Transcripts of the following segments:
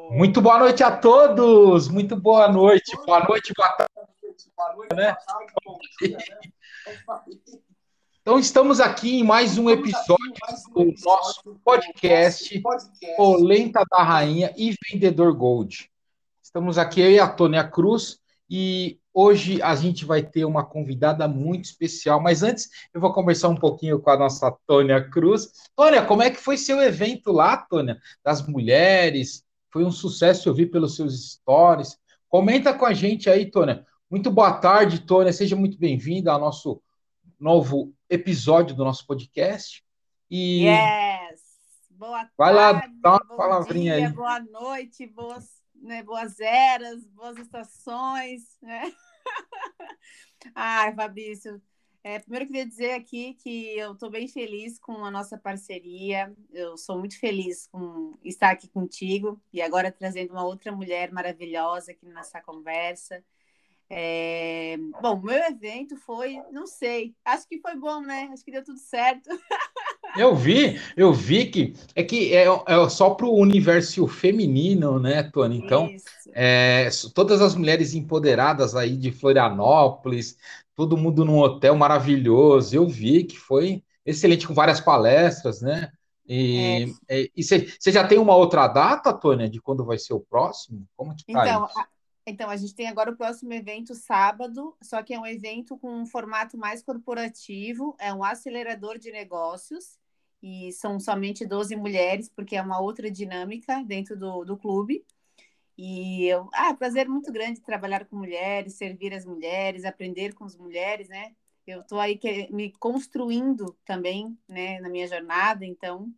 Muito boa noite a todos! Muito boa noite, boa tarde, né? Então, estamos aqui em mais um episódio do nosso podcast Polenta da Rainha e Vendedor Gold. Estamos aqui, eu e a Tônia Cruz, e hoje a gente vai ter uma convidada muito especial. Mas antes, eu vou conversar um pouquinho com a nossa Tônia Cruz. Tônia, como é que foi seu evento lá, Tônia? Das mulheres? Foi um sucesso, eu vi pelos seus stories. Comenta com a gente aí, Tônia. Muito boa tarde, Tônia. Seja muito bem-vinda ao nosso novo episódio do nosso podcast. E Yes! Boa vai lá, dá uma tarde, bom palavrinha dia, aí. boa noite, boas eras, boas estações, né? Ai, Fabrício, primeiro eu queria dizer aqui que eu estou bem feliz com a nossa parceria, eu sou muito feliz com estar aqui contigo e agora trazendo uma outra mulher maravilhosa aqui nessa conversa. Bom, meu evento foi, não sei, acho que foi bom, né? Acho que deu tudo certo. Eu vi que é só para o universo feminino, né, Tony? Então, Isso. todas as mulheres empoderadas aí de Florianópolis, todo mundo num hotel maravilhoso. Eu vi que foi excelente, com várias palestras, né? É, E você já tem uma outra data, Tônia, de quando vai ser o próximo? Como que tá Então, isso? a gente tem agora o próximo evento sábado, só que é um evento com um formato mais corporativo, é um acelerador de negócios, e são somente 12 mulheres, porque é uma outra dinâmica dentro do clube. Prazer muito grande trabalhar com mulheres, servir as mulheres, aprender com as mulheres, né? Eu estou aí me construindo também, né, na minha jornada, então,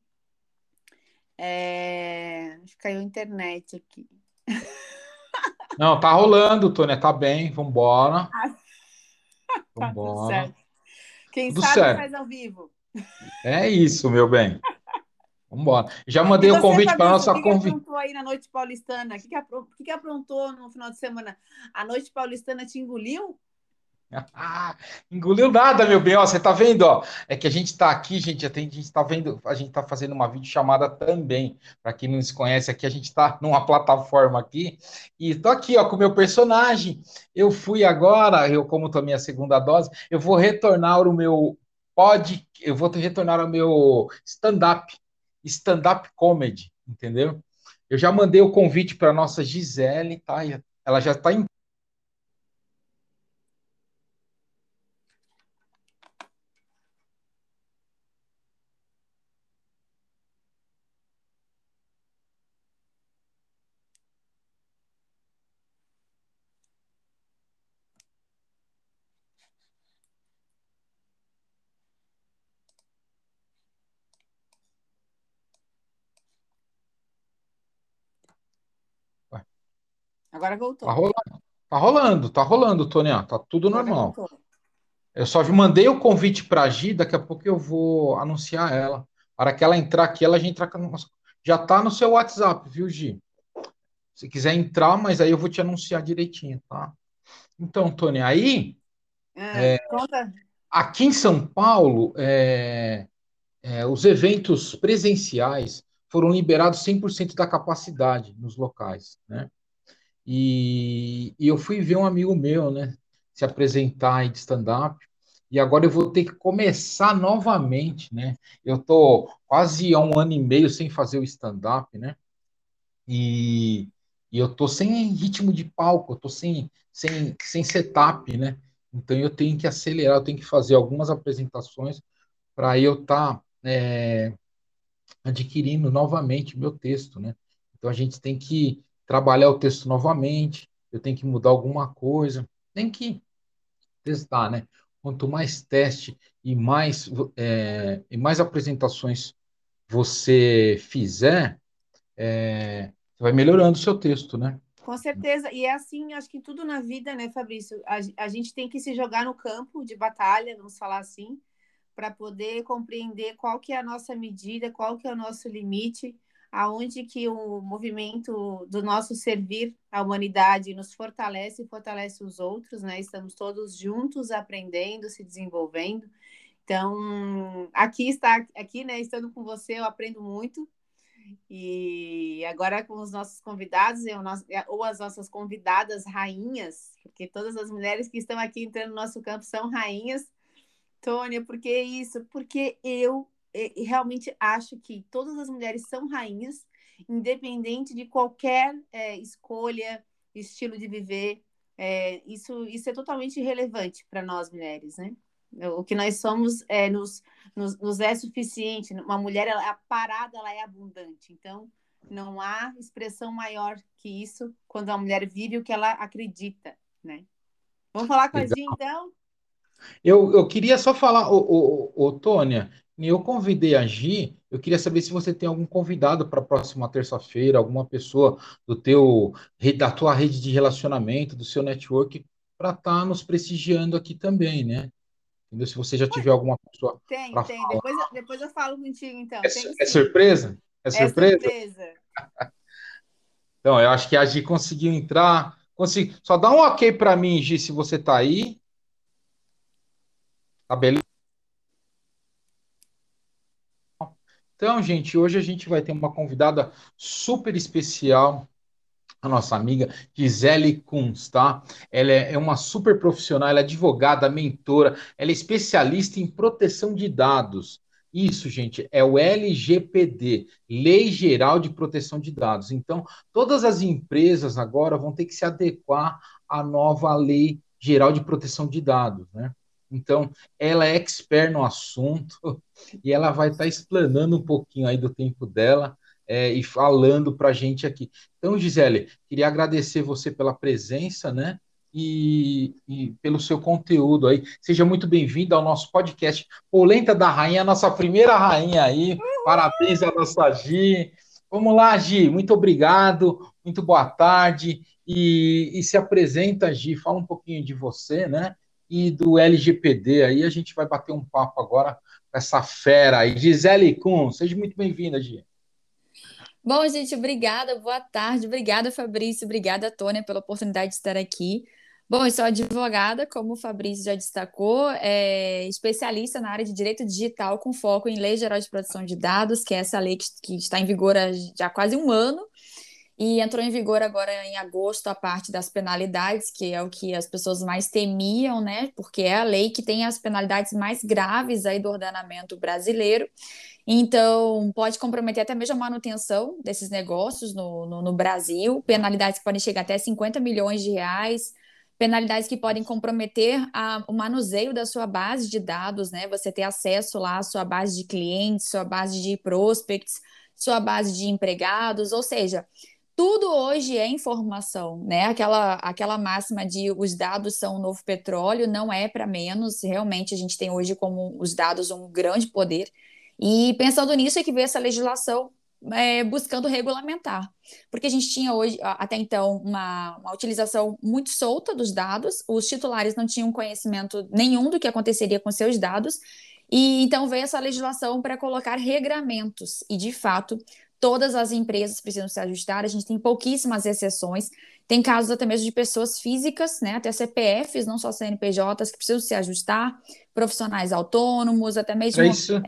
acho que caiu a internet aqui. Não, tá rolando, Tônia, tá bem, vambora, Tá tudo vambora. certo. Quem Tudo sabe certo. faz ao vivo. É isso, meu bem. Vambora. Já E mandei o você, convite para Fabrício, o nossa que que convidada. aprontou aí na noite paulistana? O que que aprontou no final de semana? A noite paulistana te engoliu? Ah, engoliu nada, meu bem. Ó, você tá vendo, ó? É que a gente tá aqui, gente, a gente tá vendo, a gente tá fazendo uma videochamada também. Para quem não se conhece aqui, a gente tá numa plataforma aqui e tô aqui, ó, com o meu personagem. Eu fui agora, eu como tomei a segunda dose, eu vou retornar o meu eu vou retornar ao meu stand-up comedy, entendeu? Eu já mandei o convite para nossa Gisele, tá? Ela já está em. Agora Tá voltou. rolando, tá rolando, Tônia, tá tudo Agora normal. voltou. Eu só mandei o convite para a Gi, daqui a pouco eu vou anunciar ela. Para que ela entrar aqui, ela já entrar já tá no seu WhatsApp, viu, Gi? Se quiser entrar, mas aí eu vou te anunciar direitinho, tá? Então, Tônia, aí Conta. aqui em São Paulo, os eventos presenciais foram liberados 100% da capacidade nos locais, né? E eu fui ver um amigo meu, né, se apresentar aí de stand-up. E agora eu vou ter que começar novamente, né? Eu tô quase há um ano e meio sem fazer o stand-up, né? E, e eu tô sem ritmo de palco, eu tô sem setup, né? Então eu tenho que acelerar, eu tenho que fazer algumas apresentações para eu estar adquirindo novamente meu texto, né? Então a gente tem que trabalhar o texto novamente, eu tenho que mudar alguma coisa, tem que testar, né? Quanto mais teste e mais apresentações você fizer, você vai melhorando o seu texto, né? Com certeza. E é assim, acho que tudo na vida, né, Fabrício? A gente tem que se jogar no campo de batalha, vamos falar assim, para poder compreender qual que é a nossa medida, qual que é o nosso limite, aonde que o movimento do nosso servir à humanidade nos fortalece e fortalece os outros, né? Estamos todos juntos aprendendo, se desenvolvendo. Então, aqui, né, estando com você, eu aprendo muito. E agora com os nossos convidados, ou as nossas convidadas rainhas, porque todas as mulheres que estão aqui entrando no nosso campo são rainhas. Tônia, por que isso? Porque eu realmente acho que todas as mulheres são rainhas, independente de qualquer escolha, estilo de viver. Isso é totalmente irrelevante para nós mulheres, né? O que nós somos nos é suficiente. Uma mulher, a parada, ela é abundante. Então, não há expressão maior que isso quando a mulher vive o que ela acredita, né? Vamos falar com a Gi, Legal. então? Eu queria só falar, Tônia, eu convidei a Gi, eu queria saber se você tem algum convidado para a próxima terça-feira, alguma pessoa da tua rede de relacionamento, do seu network, para estar nos prestigiando aqui também, né? Entendeu? Se você já tiver alguma pessoa Tenho, para tenho. falar. Depois eu falo contigo, então. Tenho É sim. surpresa? É É surpresa? surpresa. Então, eu acho que a Gi conseguiu entrar. Só dá um ok para mim, Gi, se você tá aí. Tá beleza? Então, gente, hoje a gente vai ter uma convidada super especial, a nossa amiga Gisele Kunz, tá? Ela é uma super profissional, ela é advogada, mentora, ela é especialista em proteção de dados. Isso, gente, é o LGPD, Lei Geral de Proteção de Dados. Então, todas as empresas agora vão ter que se adequar à nova Lei Geral de Proteção de Dados, né? Então, ela é expert no assunto e ela vai estar explanando um pouquinho aí do tempo dela e falando para a gente aqui. Então, Gisele, queria agradecer você pela presença, né? E pelo seu conteúdo aí. Seja muito bem-vinda ao nosso podcast Polenta da Rainha, a nossa primeira rainha aí. Parabéns à nossa Gi. Vamos lá, Gi. Muito obrigado. Muito boa tarde. E se apresenta, Gi. Fala um pouquinho de você, né? E do LGPD aí. A gente vai bater um papo agora com essa fera aí. Gisele Kuhn, seja muito bem-vinda, Gi. Bom, gente, obrigada, boa tarde. Obrigada, Fabrício. Obrigada, Tônia, pela oportunidade de estar aqui. Bom, eu sou advogada, como o Fabrício já destacou, especialista na área de direito digital com foco em Lei Geral de Proteção de Dados, que é essa lei que está em vigor há já quase um ano. E entrou em vigor agora em agosto a parte das penalidades, que é o que as pessoas mais temiam, né? Porque é a lei que tem as penalidades mais graves aí do ordenamento brasileiro. Então, pode comprometer até mesmo a manutenção desses negócios no Brasil, penalidades que podem chegar até 50 milhões de reais, penalidades que podem comprometer o manuseio da sua base de dados, né? Você ter acesso lá à sua base de clientes, sua base de prospects, sua base de empregados, ou seja, tudo hoje é informação, né? Aquela máxima de os dados são o novo petróleo, não é para menos. Realmente, a gente tem hoje como os dados um grande poder. E pensando nisso é que veio essa legislação buscando regulamentar. Porque a gente tinha hoje, até então, uma utilização muito solta dos dados, os titulares não tinham conhecimento nenhum do que aconteceria com seus dados, e então veio essa legislação para colocar regramentos, e de fato todas as empresas precisam se ajustar, a gente tem pouquíssimas exceções, tem casos até mesmo de pessoas físicas, né, até CPFs, não só CNPJs, que precisam se ajustar, profissionais autônomos, até Era mesmo. isso.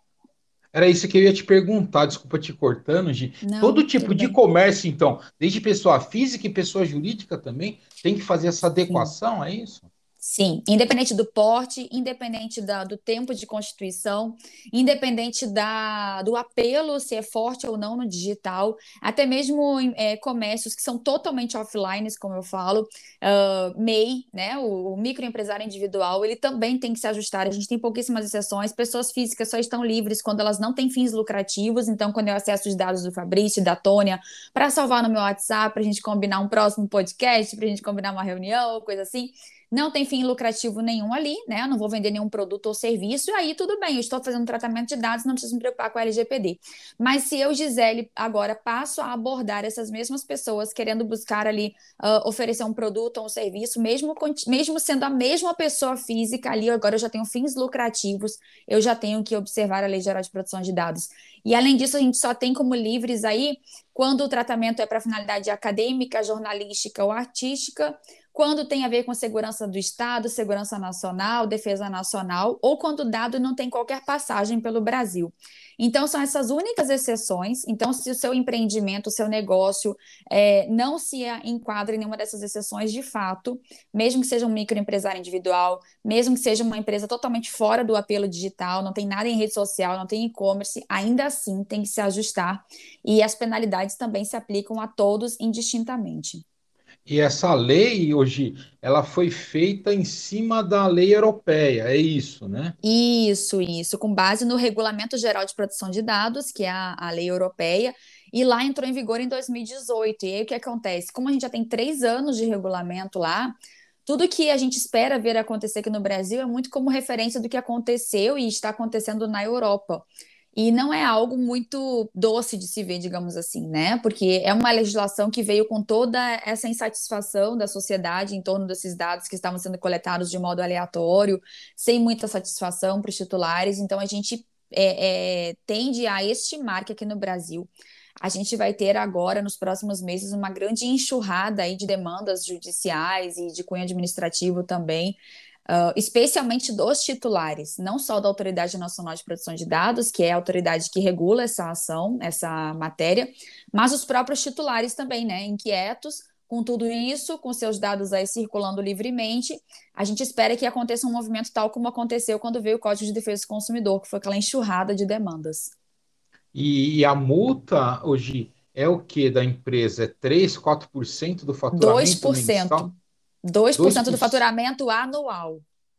Era isso que eu ia te perguntar, desculpa te cortando, Gi. Todo Não, tipo tudo de bem. comércio, então, desde pessoa física e pessoa jurídica também, tem que fazer essa Sim. adequação, é isso? Sim, independente do porte, independente do tempo de constituição, independente do apelo, se é forte ou não no digital, até mesmo comércios que são totalmente offline, como eu falo, MEI, né, o microempresário individual, ele também tem que se ajustar. A gente tem pouquíssimas exceções, pessoas físicas só estão livres quando elas não têm fins lucrativos, então quando eu acesso os dados do Fabrício e da Tônia para salvar no meu WhatsApp, para a gente combinar um próximo podcast, para a gente combinar uma reunião, coisa assim, não tem fim lucrativo nenhum ali, né? Eu não vou vender nenhum produto ou serviço, e aí tudo bem, eu estou fazendo um tratamento de dados, não preciso me preocupar com a LGPD. Mas se eu, Gisele, agora passo a abordar essas mesmas pessoas querendo buscar ali oferecer um produto ou um serviço, mesmo sendo a mesma pessoa física ali, agora eu já tenho fins lucrativos, eu já tenho que observar a Lei Geral de Proteção de Dados. E além disso, a gente só tem como livres aí quando o tratamento é para finalidade acadêmica, jornalística ou artística, quando tem a ver com segurança do Estado, segurança nacional, defesa nacional, ou quando o dado não tem qualquer passagem pelo Brasil. Então, são essas únicas exceções. Então, se o seu empreendimento, o seu negócio não se enquadra em nenhuma dessas exceções, de fato, mesmo que seja um microempresário individual, mesmo que seja uma empresa totalmente fora do apelo digital, não tem nada em rede social, não tem e-commerce, ainda assim tem que se ajustar. E as penalidades também se aplicam a todos indistintamente. E essa lei, hoje, ela foi feita em cima da lei europeia, é isso, né? Isso, com base no Regulamento Geral de Proteção de Dados, que é a lei europeia, e lá entrou em vigor em 2018. E aí o que acontece? Como a gente já tem 3 anos de regulamento lá, tudo que a gente espera ver acontecer aqui no Brasil é muito como referência do que aconteceu e está acontecendo na Europa. E não é algo muito doce de se ver, digamos assim, né? Porque é uma legislação que veio com toda essa insatisfação da sociedade em torno desses dados que estavam sendo coletados de modo aleatório, sem muita satisfação para os titulares. Então, a gente tende a estimar que aqui no Brasil a gente vai ter agora, nos próximos meses, uma grande enxurrada aí de demandas judiciais e de cunho administrativo também, especialmente dos titulares, não só da Autoridade Nacional de Proteção de Dados, que é a autoridade que regula essa ação, essa matéria, mas os próprios titulares também, né, inquietos com tudo isso, com seus dados aí circulando livremente. A gente espera que aconteça um movimento tal como aconteceu quando veio o Código de Defesa do Consumidor, que foi aquela enxurrada de demandas. E a multa hoje é o que da empresa? É 3, 4% do dois faturamento por cento, mensal? 2% do 2%. faturamento anual.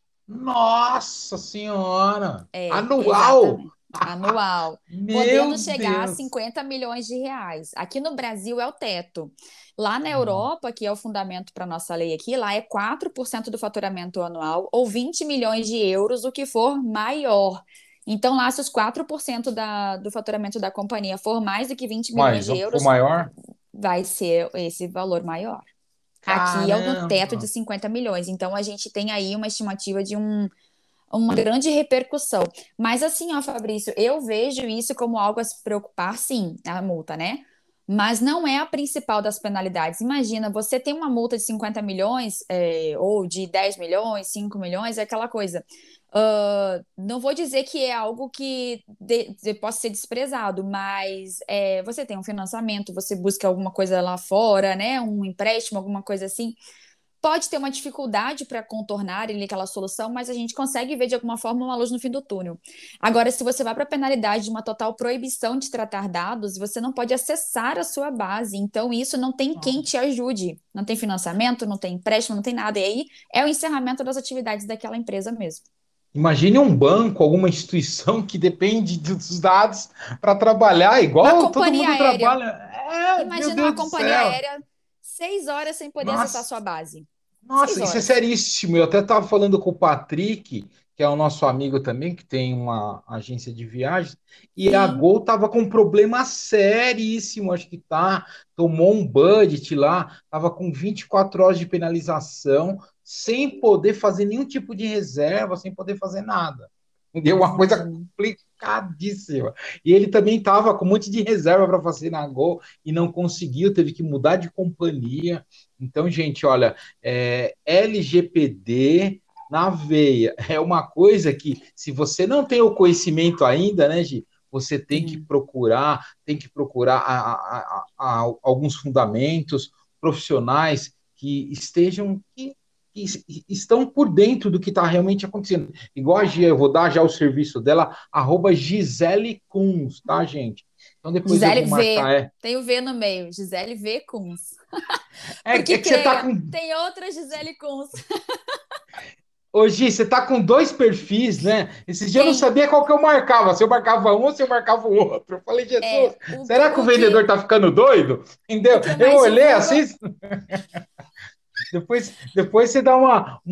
Nossa Senhora! Anual! Exatamente. Anual. Meu Podendo chegar a Deus! 50 milhões de reais. Aqui no Brasil é o teto. Lá na Nossa. Europa, que é o fundamento para a nossa lei aqui, lá é 4% do faturamento anual ou 20 milhões de euros, o que for maior. Então, lá, se os 4% do faturamento da companhia for mais do que 20 milhões Mas de for euros, maior? vai ser esse valor maior. Aqui é no teto de Caramba! 50 milhões. Então, a gente tem aí uma estimativa de uma grande repercussão. Mas assim, ó, Fabrício, eu vejo isso como algo a se preocupar, sim, a multa, né? Mas não é a principal das penalidades. Imagina, você tem uma multa de 50 milhões, ou de 10 milhões, 5 milhões, é aquela coisa. Não vou dizer que é algo que possa ser desprezado, mas você tem um financiamento, você busca alguma coisa lá fora, né? Um empréstimo, alguma coisa assim. Pode ter uma dificuldade para contornar ali aquela solução, mas a gente consegue ver de alguma forma uma luz no fim do túnel. Agora, se você vai para a penalidade de uma total proibição de tratar dados, você não pode acessar a sua base. Então, isso não tem quem te ajude. Não tem financiamento, não tem empréstimo, não tem nada. E aí é o encerramento das atividades daquela empresa mesmo. Imagine um banco, alguma instituição que depende dos dados para trabalhar, Uma igual todo companhia mundo aérea. trabalha. É, meu Imagina uma Deus do companhia céu. aérea 6 horas sem poder acessar a Nossa. sua base. Seis Nossa, isso é horas. seríssimo. Eu até estava falando com o Patrick, que é o nosso amigo também, que tem uma agência de viagens, e a Sim. Gol estava com um problema seríssimo, acho que tomou um budget lá, estava com 24 horas de penalização, sem poder fazer nenhum tipo de reserva, sem poder fazer nada. Deu uma coisa Imagina. complicadíssima. E ele também estava com um monte de reserva para fazer na Gol e não conseguiu, teve que mudar de companhia. Então, gente, olha, LGPD na veia é uma coisa que, se você não tem o conhecimento ainda, né, Gi, você Sim. tem que procurar alguns fundamentos profissionais que estejam que estão por dentro do que está realmente acontecendo. Igual a Gia, eu vou dar já o serviço dela, @Gisele Kunz, tá, gente? Então depois eu Gisele vou V. marcar. Tem o V no meio. Gisele V. Kunz. É Porque que você tá creia, com. tem outra Gisele Kunz. Ô, Gi, você tá com dois perfis, né? Esses dias eu não Tem. sabia qual que eu marcava, se eu marcava um ou se eu marcava o outro. Eu falei, Jesus, O, será que o o, que, vendedor tá ficando doido? Entendeu? o que eu Eu mais olhei divulgo. assim, depois você dá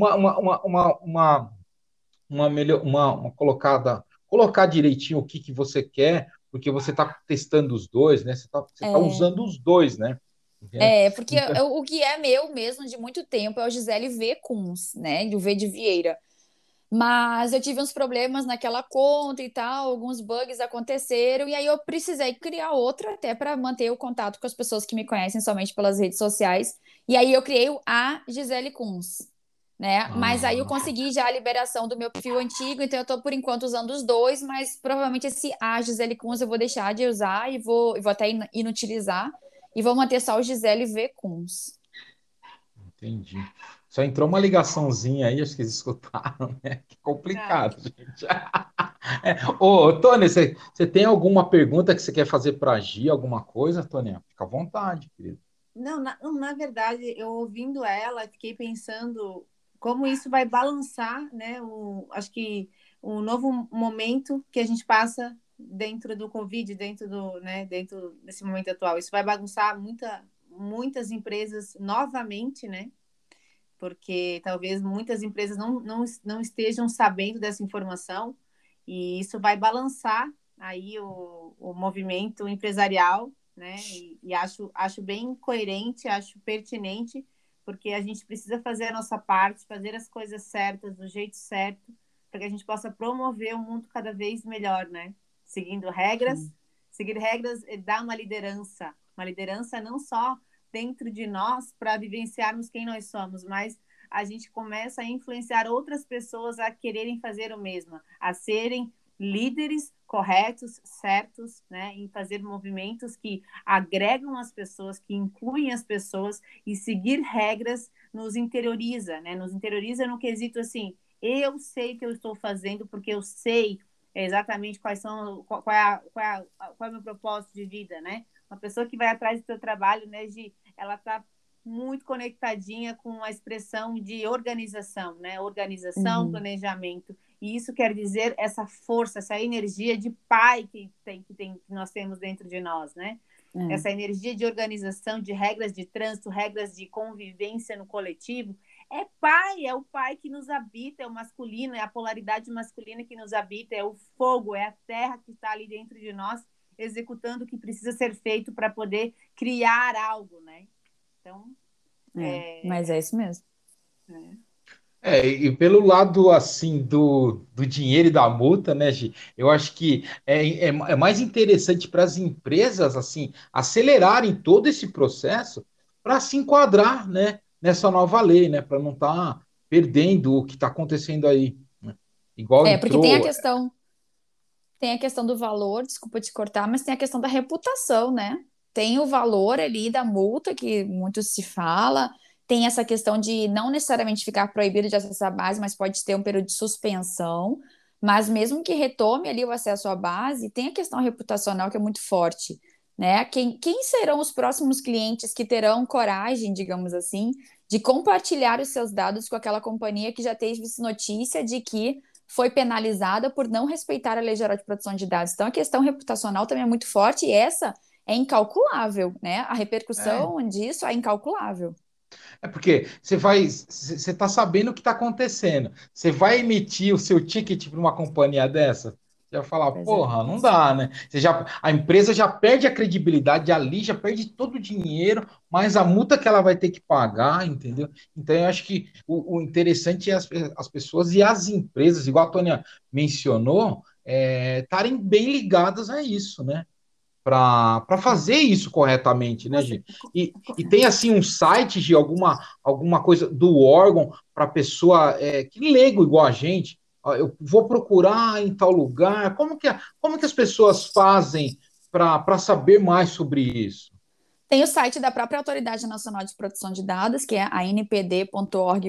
uma colocada, colocar direitinho o que você quer, porque você está testando os dois, né? Você tá É, usando os dois, né? Entendeu? porque Então, o que é meu mesmo de muito tempo é o Gisele V. Kunz, né? E o V de Vieira. Mas eu tive uns problemas naquela conta e tal, alguns bugs aconteceram, e aí eu precisei criar outra até para manter o contato com as pessoas que me conhecem somente pelas redes sociais. E aí eu criei o A Gisele Kunz, né? Mas aí eu Ah, consegui já a liberação do meu perfil antigo, então eu tô por enquanto usando os dois, mas provavelmente esse A Gisele Kunz eu vou deixar de usar e vou até inutilizar e vou manter só o Gisele V Kunz. entendi. Só entrou uma ligaçãozinha aí, acho que eles escutaram, né? Que Ah, complicado, gente. Ô, Tônia, você tem alguma pergunta que você quer fazer para a Gi, alguma coisa, Tônia? Fica à vontade, querido. não, na verdade, eu ouvindo ela, fiquei pensando como isso vai balançar, né? Acho que o novo momento que a gente passa dentro do Covid, dentro desse momento atual. Isso vai bagunçar muitas empresas novamente, né? Porque talvez muitas empresas não estejam sabendo dessa informação e isso vai balançar aí o movimento empresarial, né? E acho bem coerente, acho pertinente, porque a gente precisa fazer a nossa parte, fazer as coisas certas, do jeito certo, para que a gente possa promover um mundo cada vez melhor, né? Seguindo regras, Sim. seguir regras dá uma liderança não só dentro de nós para vivenciarmos quem nós somos, mas a gente começa a influenciar outras pessoas a quererem fazer o mesmo, a serem líderes corretos, certos, né, em fazer movimentos que agregam as pessoas, que incluem as pessoas e seguir regras nos interioriza, né, nos interioriza no quesito assim, eu sei o que eu estou fazendo porque eu sei exatamente qual é o meu propósito de vida, né? Uma pessoa que vai atrás do seu trabalho, né, ela está muito conectadinha com a expressão de organização, né? Organização, Uhum. planejamento. E isso quer dizer essa força, essa energia de pai que nós temos dentro de nós, né? É. Essa energia de organização, de regras de trânsito, regras de convivência no coletivo. É o pai que nos habita, é o masculino, é a polaridade masculina que nos habita, é o fogo, é a terra que está ali dentro de nós, executando o que precisa ser feito para poder criar algo, né? Então, Mas é isso mesmo. é, E pelo lado assim do dinheiro e da multa, né, Gi? Eu acho que é mais interessante para as empresas assim acelerarem todo esse processo para se enquadrar, né, nessa nova lei, né, para não estar perdendo o que está acontecendo aí, né? Igual Porque tem a entrou. questão. Tem a questão do valor, desculpa te cortar, mas tem a questão da reputação, né? Tem o valor ali da multa, que muito se fala, tem essa questão de não necessariamente ficar proibido de acessar a base, mas pode ter um período de suspensão. Mas mesmo que retome ali o acesso à base, tem a questão reputacional que é muito forte, né? Quem serão os próximos clientes que terão coragem, digamos assim, de compartilhar os seus dados com aquela companhia que já teve notícia de que foi penalizada por não respeitar a Lei Geral de Proteção de Dados. Então, a questão reputacional também é muito forte e essa é incalculável, né? A É, repercussão disso é incalculável. É porque você está sabendo o que está acontecendo. Você vai emitir o seu ticket para uma companhia dessa? Você vai falar, Pois é. porra, não dá, né? A empresa já perde a credibilidade ali, já perde todo o dinheiro, mais a multa que ela vai ter que pagar, entendeu? Então, eu acho que o interessante é as pessoas e as empresas, igual a Tônia mencionou, estarem bem ligadas a isso, né? Para fazer isso corretamente, né, você, Gi? E tem assim um site de alguma coisa do órgão para pessoa que leigo igual a gente. Ó, eu vou procurar em tal lugar. Como que as pessoas fazem para saber mais sobre isso? Tem o site da própria Autoridade Nacional de Proteção de Dados, que é a anpd.org.br,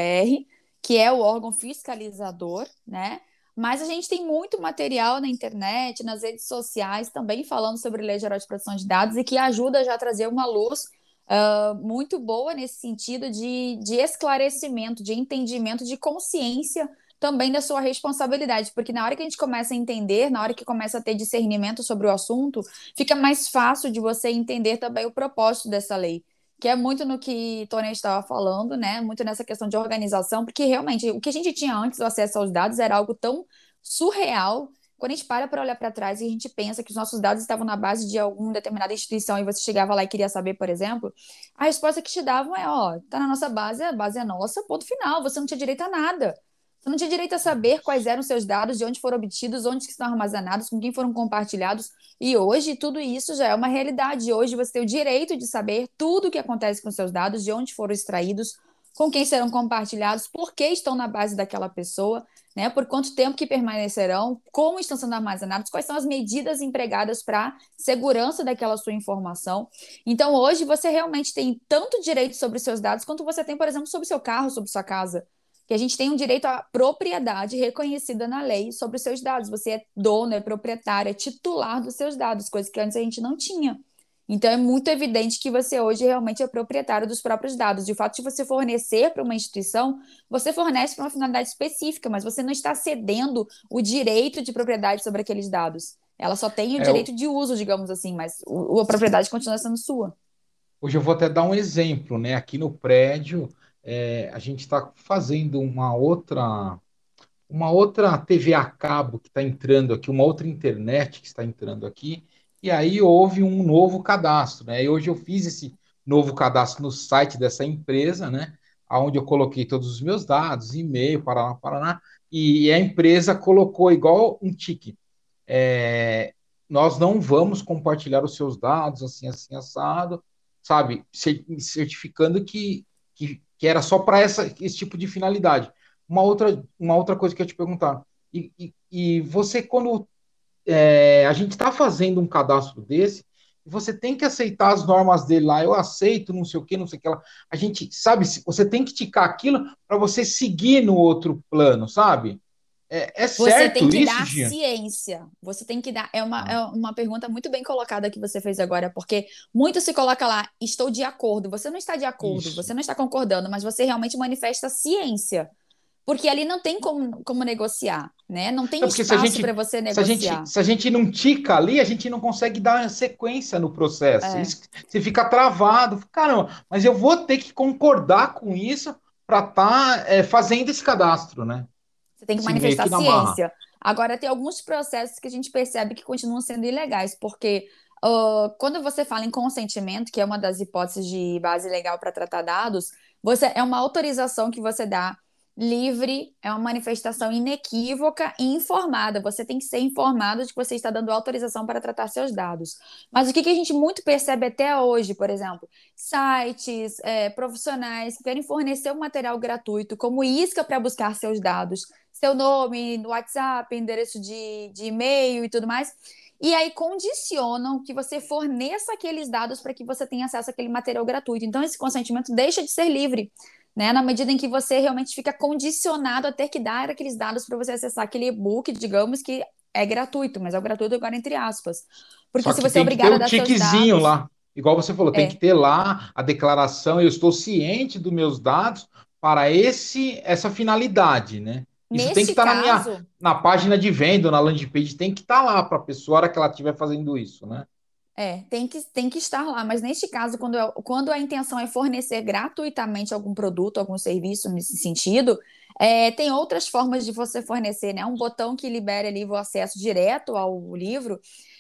que é o órgão fiscalizador, né? Mas a gente tem muito material na internet, nas redes sociais, também falando sobre Lei Geral de Proteção de Dados e que ajuda já a trazer uma luz muito boa nesse sentido de esclarecimento, de entendimento, de consciência também da sua responsabilidade, porque na hora que a gente começa a entender, na hora que começa a ter discernimento sobre o assunto, fica mais fácil de você entender também o propósito dessa lei, que é muito no que Tony estava falando, né? Muito nessa questão de organização, porque realmente o que a gente tinha antes do acesso aos dados era algo tão surreal. Quando a gente para olhar para trás e a gente pensa que os nossos dados estavam na base de alguma determinada instituição e você chegava lá e queria saber, por exemplo, a resposta que te davam é, ó, tá na nossa base, a base é nossa, ponto final, você não tinha direito a nada. Você não tinha direito a saber quais eram os seus dados, de onde foram obtidos, onde que estão armazenados, com quem foram compartilhados. E hoje tudo isso já é uma realidade. Hoje você tem o direito de saber tudo o que acontece com seus dados, de onde foram extraídos, com quem serão compartilhados, por que estão na base daquela pessoa, né? Por quanto tempo que permanecerão, como estão sendo armazenados, quais são as medidas empregadas para segurança daquela sua informação. Então, hoje você realmente tem tanto direito sobre os seus dados quanto você tem, por exemplo, sobre o seu carro, sobre sua casa, que a gente tem um direito à propriedade reconhecida na lei sobre os seus dados. Você é dono, é proprietário, é titular dos seus dados, coisa que antes a gente não tinha. Então, é muito evidente que você hoje realmente é proprietário dos próprios dados. E o fato de você fornecer para uma instituição, você fornece para uma finalidade específica, mas você não está cedendo o direito de propriedade sobre aqueles dados. Ela só tem o É, direito de uso, digamos assim, mas a propriedade continua sendo sua. hoje eu vou até dar um exemplo, né? Aqui no prédio, a gente está fazendo uma outra TV a cabo que está entrando aqui, uma outra internet que está entrando aqui, e aí houve um novo cadastro, né? E hoje eu fiz esse novo cadastro no site dessa empresa, né? Onde eu coloquei todos os meus dados, e-mail, Paraná, Paraná, e a empresa colocou igual um tique. é, Nós não vamos compartilhar os seus dados, assim, assim, assado, sabe? Certificando que era só para esse tipo de finalidade. Uma outra coisa que eu ia te perguntar. E você, quando a gente está fazendo um cadastro desse, você tem que aceitar as normas dele lá. Eu aceito, não sei o que, não sei o que lá. A gente, sabe, você tem que ticar aquilo para você seguir no outro plano, sabe? É Você tem certo que isso, dar Gia? ciência. Você tem que dar. É Ah, uma pergunta muito bem colocada que você fez agora, porque muito se coloca lá, estou de acordo. Você não está de acordo, isso. você não está concordando, mas você realmente manifesta ciência. Porque ali não tem como negociar, né? Não tem Não, porque se a espaço para gente, você se a gente, negociar. se a gente não tica ali, a gente não consegue dar sequência no processo. É, Isso, você fica travado. Caramba, mas eu vou ter que concordar com isso para estar fazendo esse cadastro, né? você tem que Assim, meio manifestar que na marra. ciência. Agora, tem alguns processos que a gente percebe que continuam sendo ilegais, porque quando você fala em consentimento, que é uma das hipóteses de base legal para tratar dados, você é uma autorização que você dá livre, é uma manifestação inequívoca e informada. Você tem que ser informado de que você está dando autorização para tratar seus dados. Mas o que a gente muito percebe até hoje, por exemplo, sites, profissionais que querem fornecer um material gratuito como isca para buscar seus dados, seu nome no WhatsApp, endereço de e-mail e tudo mais. E aí condicionam que você forneça aqueles dados para que você tenha acesso àquele material gratuito. Então, esse consentimento deixa de ser livre, né? Na medida em que você realmente fica condicionado a ter que dar aqueles dados para você acessar aquele e-book, digamos que é gratuito, mas é o gratuito agora entre aspas. Porque Só se que você é tem que ter obrigado a o dar seus tiquezinho dados, lá. Igual você falou, tem que é. ter lá a declaração, eu estou ciente dos meus dados para essa finalidade, né? Isso tem que Neste estar caso, na página de venda, na landing page, tem que estar lá para a pessoa, a hora que ela estiver fazendo isso, né? tem que estar lá, mas neste caso, quando a intenção é fornecer gratuitamente algum produto, algum serviço nesse sentido, tem outras formas de você fornecer, né? Um botão que libere ali o acesso direto ao livro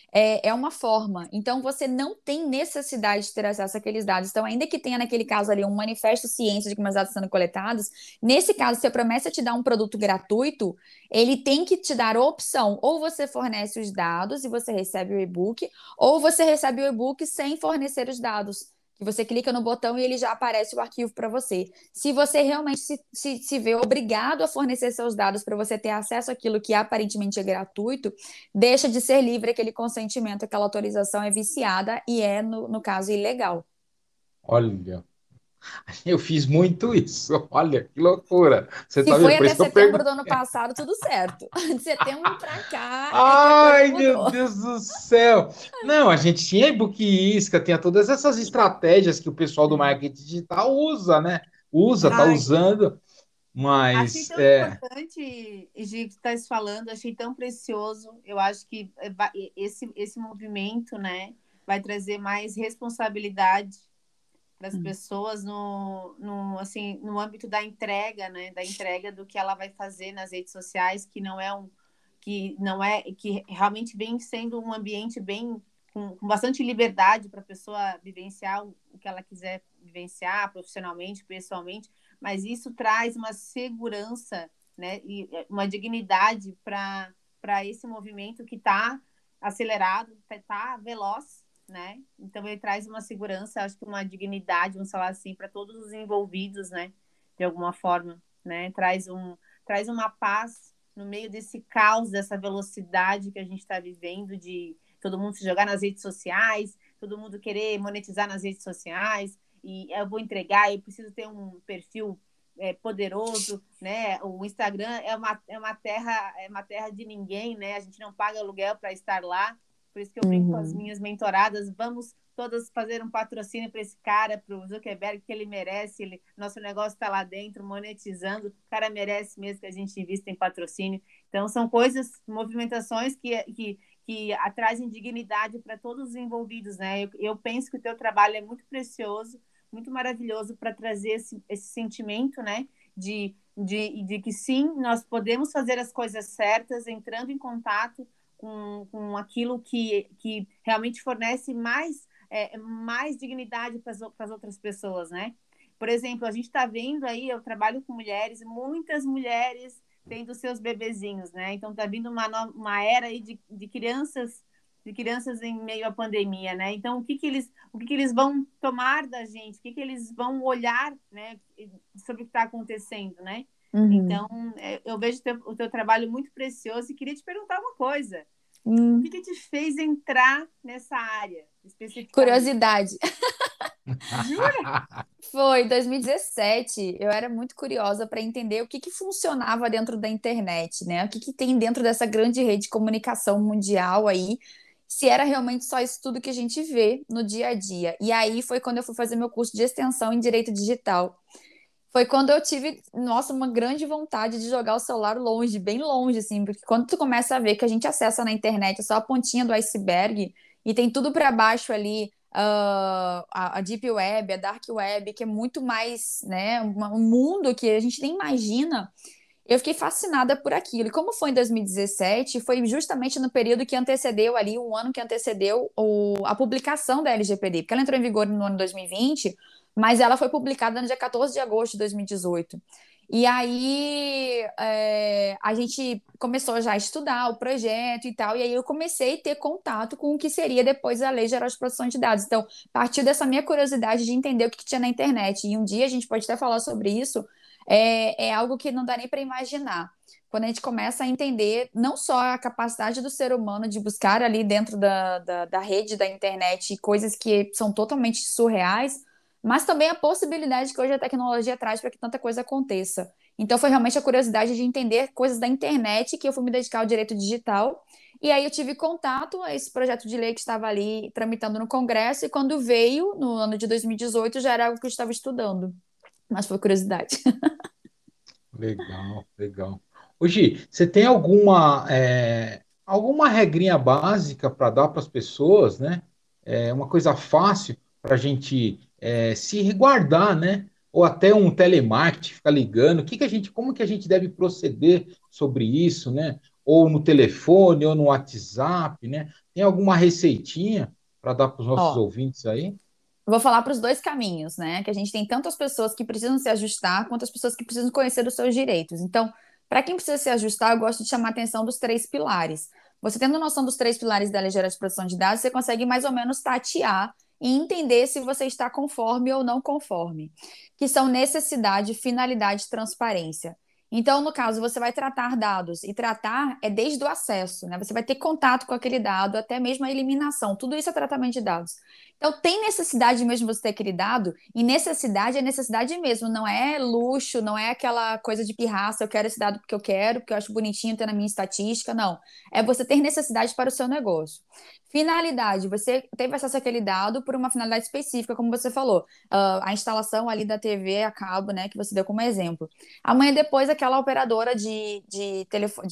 é uma forma. Então, você não tem necessidade de ter acesso àqueles dados. Então, ainda que tenha naquele caso ali um manifesto ciência de que meus dados estão sendo coletados, nesse caso, se a promessa é te dar um produto gratuito, ele tem que te dar a opção. Ou você fornece os dados e você recebe o e-book, ou você recebe o e-book sem fornecer os dados. Que você clica no botão e ele já aparece o arquivo para você. Se você realmente se vê obrigado a fornecer seus dados para você ter acesso àquilo que aparentemente é gratuito, deixa de ser livre aquele consentimento, aquela autorização é viciada e é, no caso, ilegal. Olha, eu fiz muito isso. Olha, que loucura. Você Se tá foi vendo? Por até isso que eu setembro pergunto. do ano passado, tudo certo. De setembro para cá é que a coisa Ai, meu mudou. Deus do céu. Não, a gente tinha e-book isca, tinha todas essas estratégias que o pessoal do marketing digital usa, né? Usa, tá Ai, usando, achei mas tão importante, Gi, que está falando, achei tão precioso. Eu acho que esse movimento, né, vai trazer mais responsabilidade para as pessoas assim, no âmbito da entrega, né, da entrega do que ela vai fazer nas redes sociais, que realmente vem sendo um ambiente bem com bastante liberdade para a pessoa vivenciar o que ela quiser vivenciar profissionalmente, pessoalmente, mas isso traz uma segurança, né? E uma dignidade para esse movimento que está acelerado, está veloz, né? Então ele traz uma segurança, acho que uma dignidade, vamos falar assim, para todos os envolvidos, né? De alguma forma, né? Traz uma paz no meio desse caos, dessa velocidade que a gente está vivendo, de todo mundo se jogar nas redes sociais, todo mundo querer monetizar nas redes sociais, e eu vou entregar, eu preciso ter um perfil poderoso, né? O Instagram é uma terra de ninguém, né? A gente não paga aluguel para estar lá. Por isso que eu brinco com as minhas mentoradas, vamos todas fazer um patrocínio para esse cara, para o Zuckerberg, que ele merece, nosso negócio está lá dentro, monetizando, o cara merece mesmo que a gente invista em patrocínio. Então, são coisas, movimentações que trazem dignidade para todos os envolvidos, né? Eu penso que o teu trabalho é muito precioso, muito maravilhoso para trazer esse sentimento, né? De que sim, nós podemos fazer as coisas certas, entrando em contato com aquilo que realmente fornece mais dignidade para as outras pessoas, né? Por exemplo, a gente está vendo aí, eu trabalho com mulheres, muitas mulheres tendo seus bebezinhos, né? Então está vindo uma era aí de crianças em meio à pandemia, né? Então o que eles vão tomar da gente? O que eles vão olhar, né? Sobre o que está acontecendo, né? Então eu vejo o teu trabalho muito precioso e queria te perguntar uma coisa. O que te fez entrar nessa área especificamente? Curiosidade. Jura? Foi em 2017, eu era muito curiosa para entender o que funcionava dentro da internet, né? O que tem dentro dessa grande rede de comunicação mundial aí, se era realmente só isso tudo que a gente vê no dia a dia. E aí foi quando eu fui fazer meu curso de extensão em Direito Digital. Foi quando eu tive, nossa, uma grande vontade de jogar o celular longe, bem longe, assim, porque quando tu começa a ver que a gente acessa na internet é só a pontinha do iceberg e tem tudo para baixo ali, a Deep Web, a Dark Web, que é muito mais, né, um mundo que a gente nem imagina. Eu fiquei fascinada por aquilo. E como foi em 2017, foi justamente no período que antecedeu ali, um ano que antecedeu a publicação da LGPD, porque ela entrou em vigor no ano 2020, mas ela foi publicada no dia 14 de agosto de 2018. E aí a gente começou já a estudar o projeto e tal, e aí eu comecei a ter contato com o que seria depois a Lei Geral de Proteção de Dados. Então, partiu dessa minha curiosidade de entender o que tinha na internet. E um dia a gente pode até falar sobre isso, é algo que não dá nem para imaginar. Quando a gente começa a entender não só a capacidade do ser humano de buscar ali dentro da rede da internet coisas que são totalmente surreais, mas também a possibilidade que hoje a tecnologia traz para que tanta coisa aconteça. Então foi realmente a curiosidade de entender coisas da internet que eu fui me dedicar ao direito digital. E aí eu tive contato a esse projeto de lei que estava ali tramitando no Congresso, e quando veio, no ano de 2018, já era algo que eu estava estudando. Mas foi curiosidade. Legal, legal. Hoje, você tem alguma regrinha básica para dar para as pessoas, né? Uma coisa fácil para a gente se resguardar, né? Ou até um telemarketing, ficar ligando. Como que a gente deve proceder sobre isso, né? Ou no telefone, ou no WhatsApp, né? Tem alguma receitinha para dar para os nossos Ó, ouvintes aí? vou falar para os dois caminhos, né? Que a gente tem tantas pessoas que precisam se ajustar, quanto as pessoas que precisam conhecer os seus direitos. Então, para quem precisa se ajustar, eu gosto de chamar a atenção dos três pilares. Você tendo noção dos três pilares da Lei Geral de Proteção de Dados, você consegue mais ou menos tatear e entender se você está conforme ou não conforme, que são necessidade, finalidade e transparência. Então, no caso, você vai tratar dados, e tratar é desde o acesso, né? Você vai ter contato com aquele dado, até mesmo a eliminação. Tudo isso é tratamento de dados. Então, tem necessidade mesmo de você ter aquele dado, e necessidade é necessidade mesmo, não é luxo, não é aquela coisa de pirraça, eu quero esse dado porque eu acho bonitinho ter na minha estatística, não. É você ter necessidade para o seu negócio. Finalidade, você teve acesso àquele dado por uma finalidade específica, como você falou, a instalação ali da TV a cabo, né, que você deu como exemplo. Amanhã depois, aquela operadora de telefone,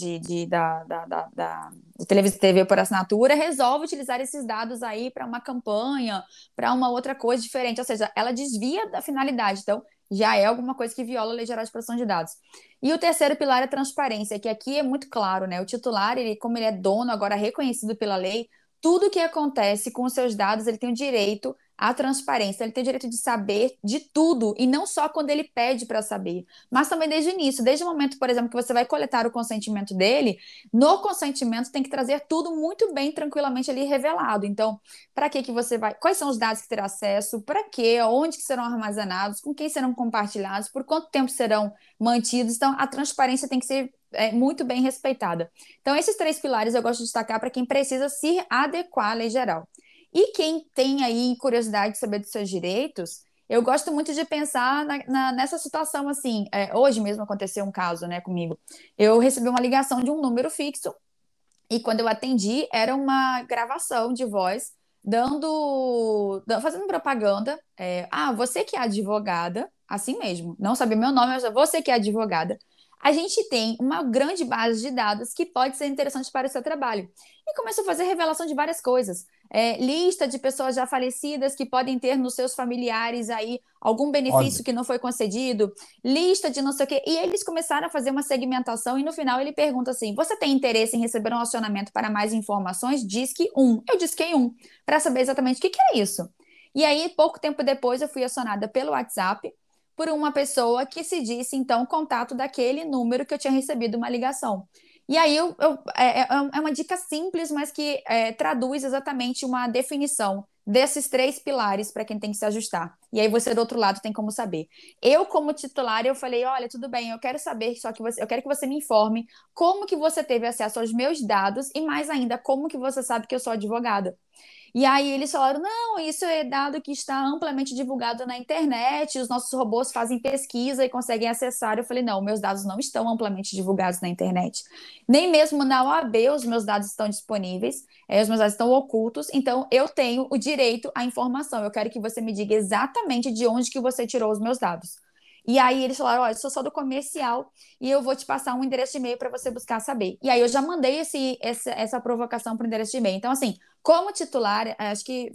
de televisão TV por assinatura resolve utilizar esses dados aí para uma campanha, para uma outra coisa diferente, ou seja, ela desvia da finalidade. Então, já é alguma coisa que viola a Lei Geral de Proteção de Dados. E o terceiro pilar é a transparência, que aqui é muito claro, né? O titular, como ele é dono, agora reconhecido pela lei, tudo que acontece com os seus dados, ele tem o direito a transparência, ele tem o direito de saber de tudo, e não só quando ele pede para saber, mas também desde o início, desde o momento, por exemplo, que você vai coletar o consentimento dele, no consentimento tem que trazer tudo muito bem, tranquilamente ali revelado. Então, para que você vai, quais são os dados que terá acesso, para quê, onde que serão armazenados, com quem serão compartilhados, por quanto tempo serão mantidos. Então, a transparência tem que ser muito bem respeitada. Então, esses 3 pilares eu gosto de destacar para quem precisa se adequar à lei geral. E quem tem aí curiosidade de saber dos seus direitos, eu gosto muito de pensar nessa situação assim. Hoje mesmo aconteceu um caso, né, comigo. Eu recebi uma ligação de um número fixo e quando eu atendi era uma gravação de voz fazendo propaganda. Você que é advogada, assim mesmo, não sabia meu nome, mas você que é advogada. A gente tem uma grande base de dados que pode ser interessante para o seu trabalho. E começou a fazer revelação de várias coisas. Lista de pessoas já falecidas que podem ter nos seus familiares aí algum Olha, benefício que não foi concedido, lista de não sei o quê. E eles começaram a fazer uma segmentação e no final ele pergunta assim: você tem interesse em receber um acionamento para mais informações? Diz que um. Eu disquei um, para saber exatamente o que é isso. E aí, pouco tempo depois, eu fui acionada pelo WhatsApp por uma pessoa que se disse, então, contato daquele número que eu tinha recebido uma ligação. E aí é uma dica simples, mas que traduz exatamente uma definição desses 3 pilares para quem tem que se ajustar. E aí você, do outro lado, tem como saber. Eu, como titular, eu falei, olha, tudo bem, eu quero saber, eu quero que você me informe como que você teve acesso aos meus dados e, mais ainda, como que você sabe que eu sou advogada. E aí eles falaram, não, isso é dado que está amplamente divulgado na internet, os nossos robôs fazem pesquisa e conseguem acessar. Eu falei, não, meus dados não estão amplamente divulgados na internet. Nem mesmo na OAB os meus dados estão disponíveis, os meus dados estão ocultos, então eu tenho o direito à informação. Eu quero que você me diga exatamente de onde que você tirou os meus dados. E aí eles falaram, olha, eu sou só do comercial e eu vou te passar um endereço de e-mail para você buscar saber. E aí eu já mandei essa provocação para o endereço de e-mail. Então, assim, como titular, acho que,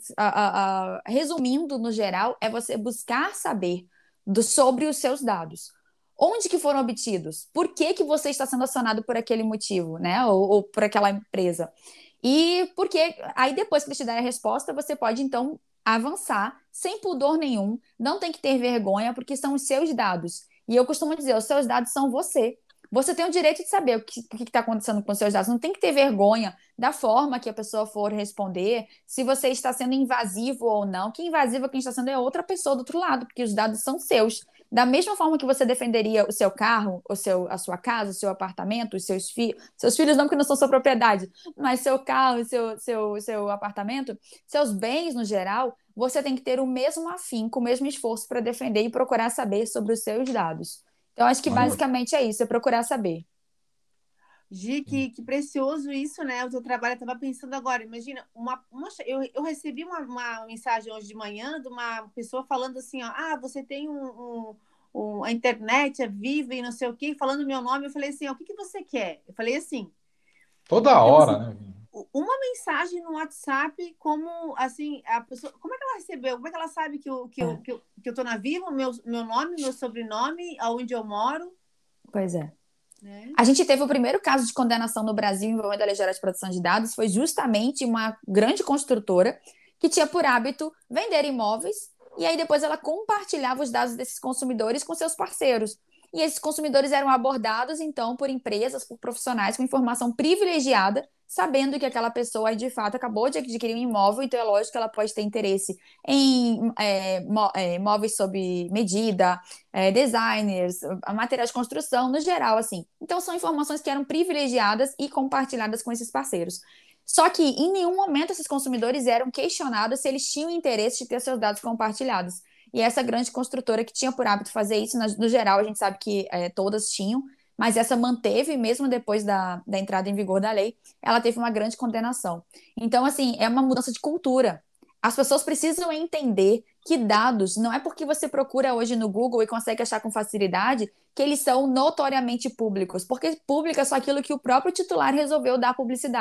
resumindo no geral, é você buscar saber sobre os seus dados. Onde que foram obtidos? Por que você está sendo acionado por aquele motivo, né? Ou por aquela empresa? E porque aí depois que eles te derem a resposta, você pode, então, avançar sem pudor nenhum, não tem que ter vergonha, porque são os seus dados. E eu costumo dizer, os seus dados são você. Você tem o direito de saber o que está acontecendo com os seus dados. Não tem que ter vergonha da forma que a pessoa for responder, se você está sendo invasivo ou não. Que invasivo quem está sendo é outra pessoa do outro lado, porque os dados são seus. Da mesma forma que você defenderia o seu carro, a sua casa, o seu apartamento, os seus filhos. Seus filhos não, porque não são sua propriedade, mas seu carro, seu apartamento, seus bens no geral, você tem que ter o mesmo afinco, o mesmo esforço para defender e procurar saber sobre os seus dados. Então, acho que olha. basicamente é isso, é procurar saber. Gi, que precioso isso, né? O teu trabalho, eu estava pensando agora. Imagina, eu recebi uma mensagem hoje de manhã de uma pessoa falando assim: ó, você tem a internet é viva e não sei o quê, falando meu nome. Eu falei assim: ó, o que você quer? Eu falei assim. Toda Então, assim, hora, né, Vini? uma mensagem no WhatsApp, como assim, a pessoa, como é que ela recebeu? Como é que ela sabe que eu tô na Viva, meu nome, meu sobrenome, aonde eu moro? Pois é. Né? A gente teve o primeiro caso de condenação no Brasil envolvendo a Lei Geral de Proteção de Dados, foi justamente uma grande construtora que tinha por hábito vender imóveis e aí depois ela compartilhava os dados desses consumidores com seus parceiros. E esses consumidores eram abordados, então, por empresas, por profissionais com informação privilegiada, sabendo que aquela pessoa, de fato, acabou de adquirir um imóvel, então é lógico que ela pode ter interesse em móveis sob medida, designers, materiais de construção, no geral, assim. Então, são informações que eram privilegiadas e compartilhadas com esses parceiros. Só que, em nenhum momento, esses consumidores eram questionados se eles tinham interesse de ter seus dados compartilhados. E essa grande construtora que tinha por hábito fazer isso, no geral, a gente sabe que todas tinham, mas essa manteve, mesmo depois da entrada em vigor da lei, ela teve uma grande condenação. Então, assim, é uma mudança de cultura. As pessoas precisam entender que dados, não é porque você procura hoje no Google e consegue achar com facilidade, que eles são notoriamente públicos, porque público é só aquilo que o próprio titular resolveu dar publicidade.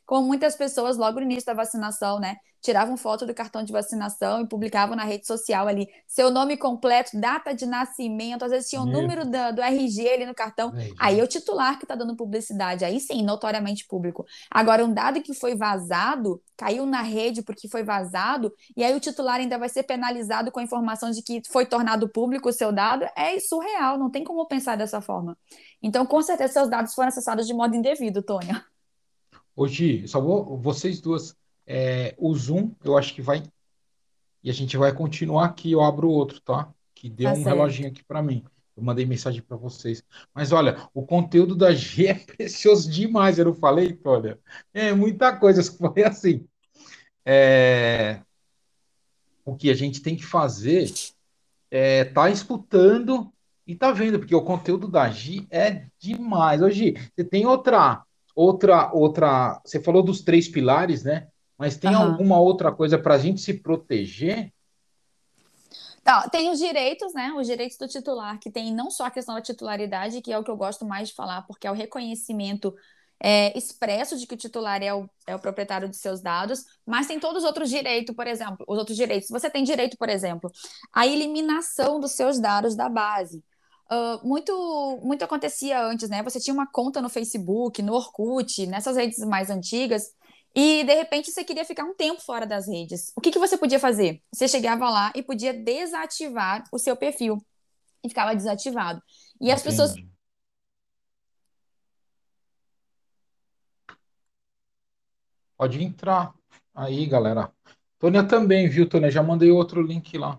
como muitas pessoas logo no início da vacinação, né, tiravam foto do cartão de vacinação e publicavam na rede social ali seu nome completo, data de nascimento, às vezes tinha o número do RG ali no cartão. Aí é o titular que está dando publicidade, aí sim, notoriamente público. Agora, um dado que foi vazado, caiu na rede porque foi vazado, e aí o titular ainda vai ser penalizado com a informação de que foi tornado público o seu dado, é surreal, não tem como pensar dessa forma. Então, com certeza, seus dados foram acessados de modo indevido, Tônia. Hoje, só vou vocês duas. O Zoom, eu acho que vai. E a gente vai continuar aqui. Eu abro outro, tá? Que deu Tá um certo. reloginho aqui para mim. Eu mandei mensagem para vocês. Mas olha, o conteúdo da G é precioso demais. Eu não falei, olha. É muita coisa. Foi assim. O que a gente tem que fazer tá escutando e tá vendo, porque o conteúdo da Gi é demais. Ô, Gi, você tem outra. Você falou dos três pilares, né? Mas tem Aham. alguma outra coisa para a gente se proteger? Tá, tem os direitos, né? Os direitos do titular, que tem não só a questão da titularidade, que é o que eu gosto mais de falar, porque é o reconhecimento expresso de que o titular é o proprietário de seus dados, mas tem todos os outros direitos, por exemplo, os outros direitos. Você tem direito, por exemplo, à eliminação dos seus dados da base. Muito acontecia antes, né? Você tinha uma conta no Facebook, no Orkut, nessas redes mais antigas, e de repente você queria ficar um tempo fora das redes. O que que você podia fazer? Você chegava lá e podia desativar o seu perfil e ficava desativado. E as pessoas. Entendi. Pode entrar aí, galera. Tônia também, viu, Tônia? Já mandei outro link lá.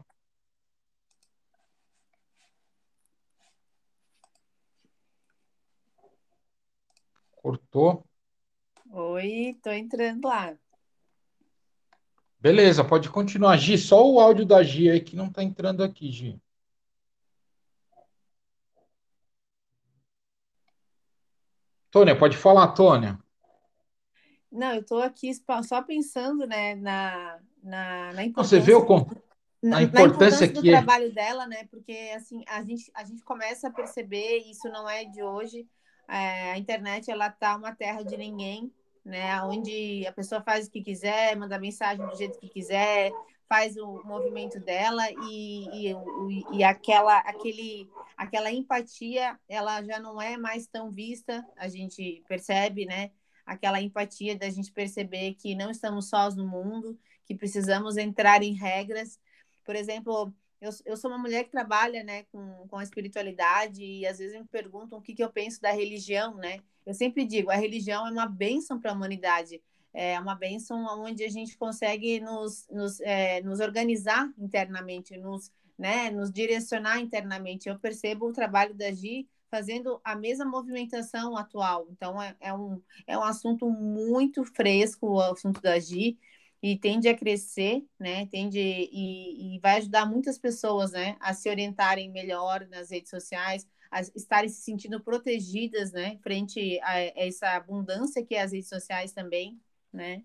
Cortou. Oi, tô entrando lá. Beleza, pode continuar. Gi, só o áudio da Gi aí que não tá entrando aqui, Gi. Tônia, pode falar, Tônia. Não, eu tô aqui só pensando, né, na Não, você vê importância a na importância importância do que é. trabalho dela, né? Porque assim a gente começa a perceber, isso não é de hoje. A internet ela tá uma terra de ninguém, né? Onde a pessoa faz o que quiser, manda mensagem do jeito que quiser, faz o movimento dela e aquela empatia ela já não é mais tão vista. A gente percebe, né? Aquela empatia da gente perceber que não estamos sós no mundo, que precisamos entrar em regras. Por exemplo, eu sou uma mulher que trabalha, né, com a espiritualidade e às vezes me perguntam o que eu penso da religião, né? Eu sempre digo, a religião é uma bênção para a humanidade, é uma bênção onde a gente consegue nos organizar internamente, nos direcionar internamente. Eu percebo o trabalho da Gi fazendo a mesma movimentação atual. Então, é um assunto muito fresco, o assunto da Gi, e tende a crescer, né? E vai ajudar muitas pessoas, né, a se orientarem melhor nas redes sociais, a estarem se sentindo protegidas, né, frente a essa abundância que é as redes sociais também, né?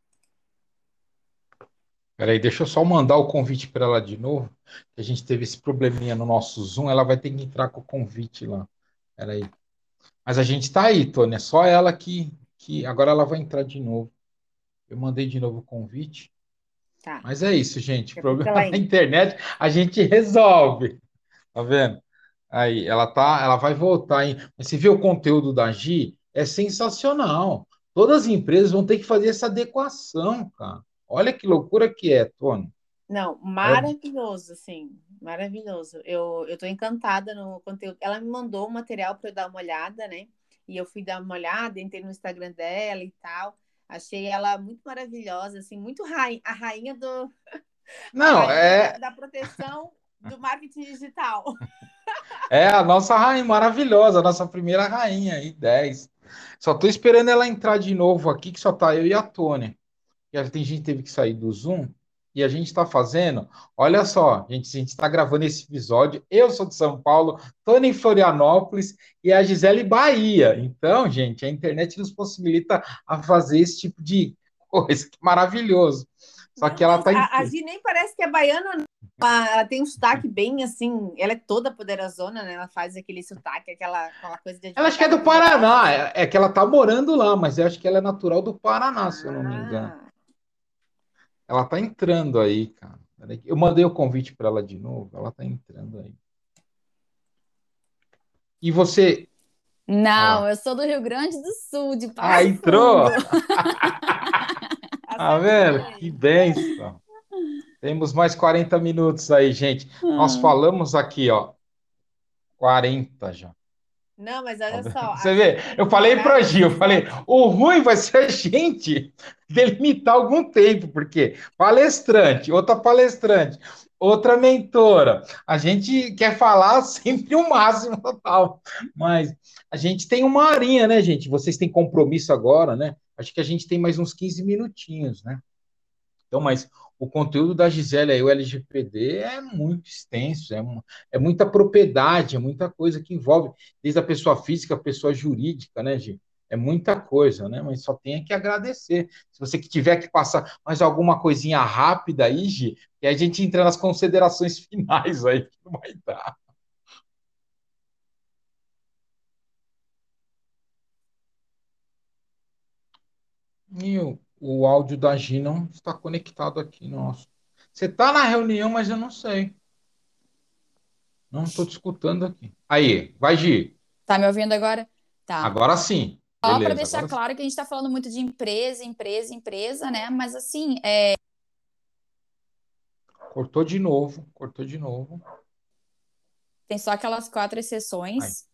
Peraí, deixa eu só mandar o convite para ela de novo. Que a gente teve esse probleminha no nosso Zoom. Ela vai ter que entrar com o convite lá. Peraí. Mas a gente tá aí, Tônia. É só ela que. Agora ela vai entrar de novo. Eu mandei de novo o convite. Tá. Mas é isso, gente. Daqui a pouco ela Problema na entra. internet a gente resolve. Tá vendo? Aí, ela vai voltar, hein? Mas você vê o conteúdo da Gi? É sensacional. Todas as empresas vão ter que fazer essa adequação, cara. Olha que loucura que é, Tônia. Não, É, maravilhoso, assim, maravilhoso. Eu tô encantada no conteúdo. Ela me mandou um material para eu dar uma olhada, né? E eu fui dar uma olhada, entrei no Instagram dela e tal. Achei ela muito maravilhosa, assim, muito a rainha a não, rainha da proteção do marketing digital. é a nossa rainha maravilhosa, a nossa primeira rainha aí, 10. Só tô esperando ela entrar de novo aqui, que só tá eu e a Tônia. E tem gente que teve que sair do Zoom. E a gente está fazendo. Olha só, a gente está gravando esse episódio. Eu sou de São Paulo, Tônia em Florianópolis e a Gisele Bahia. Então, gente, a internet nos possibilita a fazer esse tipo de coisa. Que maravilhoso. Só Meu que ela Deus, está em. a Gi nem parece que é baiana. Ela tem um sotaque bem assim, ela é toda poderosona, né? Ela faz aquele sotaque, aquela coisa de Ela acho que é advogada do poderosa, Paraná, assim. é que ela tá morando lá, mas eu acho que ela é natural do Paraná, se eu não me engano. Ah, Ela tá entrando aí, cara. Peraí eu mandei o convite para ela de novo, ela tá entrando aí. E você, olha Não, lá. eu sou do Rio Grande do Sul, de Ah, Passo entrou? Fundo. Ah, velho, que acertei. benção. Temos mais 40 minutos aí, gente. Nós Ah, falamos aqui, ó, 40 já. Não, mas Tá olha vendo? só, a Você Gi vê, tem eu falei para várias Gi, eu falei, funções. o ruim vai ser a gente delimitar algum tempo, porque palestrante, outra palestrante, outra mentora, a gente quer falar sempre o máximo total, mas a gente tem uma horinha, né, gente? Vocês têm compromisso agora, né? Acho que a gente tem mais uns 15 minutinhos, né? Então, mas o conteúdo da Gisele aí, o LGPD, é muito extenso, é muita propriedade, é muita coisa que envolve, desde a pessoa física à pessoa jurídica, né, Gi? É muita coisa, né? Mas só tem que agradecer. Se você que tiver que passar mais alguma coisinha rápida aí, Gi, que a gente entra nas considerações finais aí, que não vai dar. E o áudio da Gi não está conectado aqui, nossa. Você está na reunião, mas eu não sei. Não estou te escutando aqui. Aí, vai, Gi. tá me ouvindo agora? Tá. Agora sim. Só para Beleza, deixar agora sim. claro que a gente está falando muito de empresa, empresa, empresa, né? Mas assim, Cortou de novo, cortou de novo. tem só aquelas 4 Aí, exceções.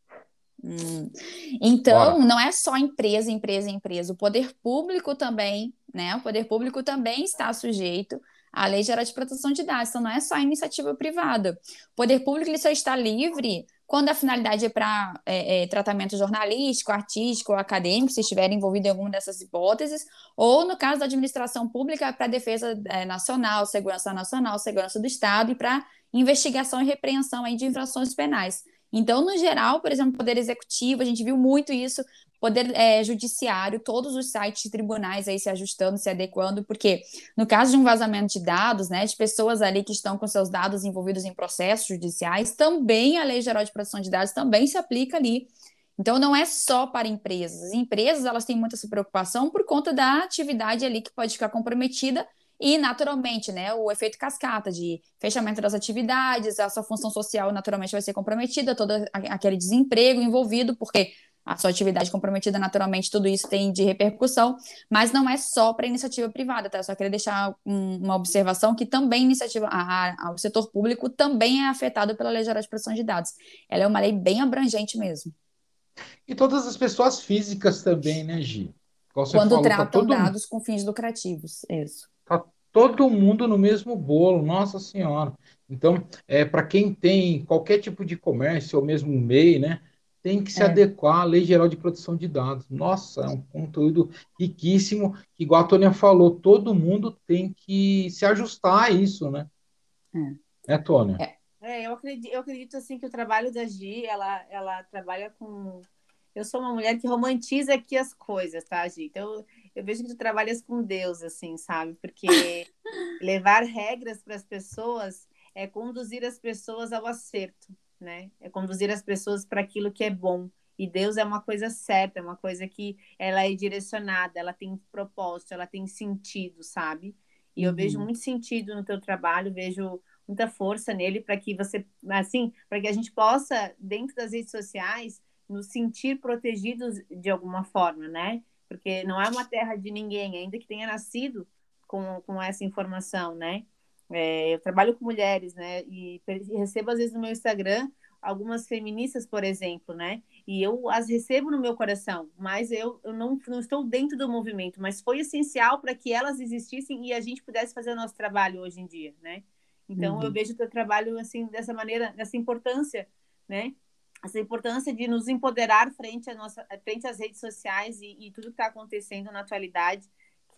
Então, bora. não é só empresa, empresa, empresa. O poder público também, né? O poder público também está sujeito à Lei Geral de Proteção de Dados. Então, não é só a iniciativa privada. O poder público ele só está livre quando a finalidade é para tratamento jornalístico, artístico ou acadêmico, se estiver envolvido em alguma dessas hipóteses, ou no caso da administração pública, para defesa nacional, segurança do Estado e para investigação e repreensão aí de infrações penais. Então, no geral, por exemplo, Poder Executivo, a gente viu muito isso, Poder Judiciário, todos os sites de tribunais aí se ajustando, se adequando, porque no caso de um vazamento de dados, né, de pessoas ali que estão com seus dados envolvidos em processos judiciais, também a Lei Geral de Proteção de Dados também se aplica ali. Então, não é só para empresas. As empresas, elas têm muita essa preocupação por conta da atividade ali que pode ficar comprometida e, naturalmente, né, o efeito cascata de fechamento das atividades, a sua função social naturalmente vai ser comprometida, todo aquele desemprego envolvido, porque a sua atividade comprometida, naturalmente, tudo isso tem de repercussão, mas não é só para iniciativa privada, tá? Eu só queria deixar uma observação que também o setor público também é afetado pela Lei Geral de Proteção de Dados. Ela é uma lei bem abrangente mesmo. E todas as pessoas físicas também, né, Gi? Igual você Quando falou, tratam dados com fins lucrativos, isso. tá todo mundo no mesmo bolo, nossa senhora. Então, para quem tem qualquer tipo de comércio ou mesmo um MEI, né, tem que se É. adequar à Lei Geral de Proteção de Dados. Nossa, é um conteúdo riquíssimo, que, igual a Tônia falou, todo mundo tem que se ajustar a isso, né? Né, Tônia? É. Eu acredito assim que o trabalho da Gi, ela trabalha com. Eu sou uma mulher que romantiza aqui as coisas, tá, Gi? Então, eu vejo que tu trabalhas com Deus, assim, sabe? Porque levar regras para as pessoas é conduzir as pessoas ao acerto, né? É conduzir as pessoas para aquilo que é bom. E Deus é uma coisa certa, é uma coisa que ela é direcionada, ela tem propósito, ela tem sentido, sabe? E eu vejo Uhum. muito sentido no teu trabalho, vejo muita força nele para que você, assim, para que a gente possa, dentro das redes sociais, nos sentir protegidos de alguma forma, né? Porque não é uma terra de ninguém, ainda que tenha nascido com essa informação, né? Eu trabalho com mulheres, né? E recebo às vezes no meu Instagram algumas feministas, por exemplo, né? E eu as recebo no meu coração, mas eu não estou dentro do movimento, mas foi essencial para que elas existissem e a gente pudesse fazer o nosso trabalho hoje em dia, né? Então eu Uhum. vejo o teu trabalho assim dessa maneira, dessa importância, né? Essa importância de nos empoderar frente às redes sociais e tudo que está acontecendo na atualidade,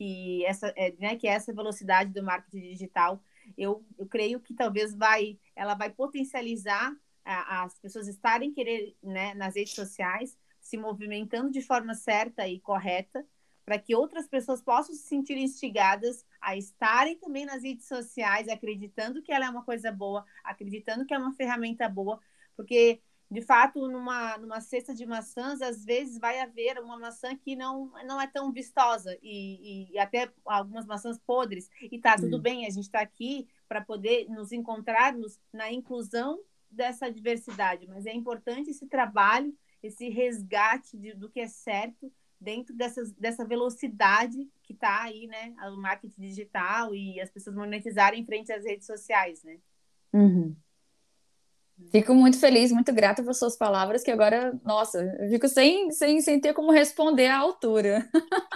que é essa velocidade do marketing digital, eu creio que talvez ela vai potencializar as pessoas né, nas redes sociais, se movimentando de forma certa e correta, para que outras pessoas possam se sentir instigadas a estarem também nas redes sociais, acreditando que ela é uma coisa boa, acreditando que é uma ferramenta boa, porque, de fato, numa cesta de maçãs, às vezes vai haver uma maçã que não é tão vistosa, e até algumas maçãs podres, e tá tudo bem, a gente está aqui para poder nos encontrarmos na inclusão dessa diversidade, mas é importante esse trabalho, esse resgate do que é certo, dentro dessa velocidade que está aí, né? O marketing digital e as pessoas monetizarem em frente às redes sociais, né? Uhum. Fico muito feliz, muito grata por suas palavras, que agora, nossa, eu fico sem ter como responder à altura.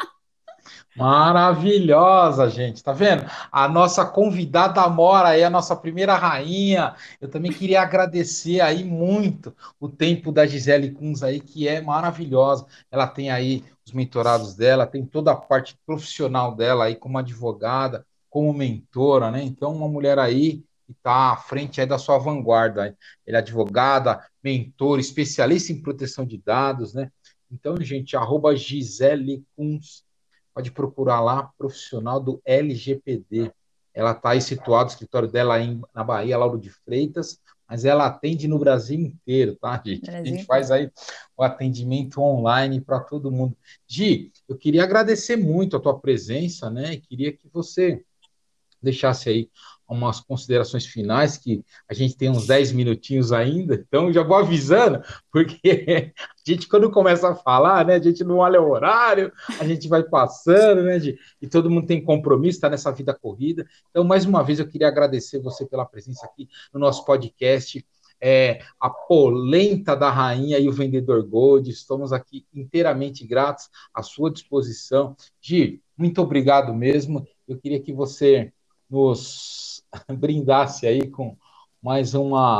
Maravilhosa, gente, tá vendo? A nossa convidada Amora aí, a nossa primeira rainha. Eu também queria agradecer aí muito o tempo da Gisele Kunz aí, que é maravilhosa. Ela tem aí os mentorados dela, tem toda a parte profissional dela aí como advogada, como mentora, né? Então, uma mulher aí que está à frente aí da sua vanguarda. Ela é advogada, mentora, especialista em proteção de dados, né? Então, gente, arroba Gisele Kunz. Pode procurar lá, profissional do LGPD. Ela está aí situada, o escritório dela na Bahia, Lauro de Freitas, mas ela atende no Brasil inteiro, tá, gente? A gente faz aí o atendimento online para todo mundo. Gi, eu queria agradecer muito a tua presença, né? E queria que você deixasse aí umas considerações finais, que a gente tem uns 10 minutinhos ainda, então já vou avisando, porque a gente, quando começa a falar, né, a gente não olha o horário, a gente vai passando, né, e todo mundo tem compromisso, está nessa vida corrida. Então, mais uma vez, eu queria agradecer você pela presença aqui no nosso podcast, a polenta da rainha e o vendedor Gold. Estamos aqui inteiramente gratos à sua disposição. Gi, muito obrigado mesmo. Eu queria que você nos brindasse aí com mais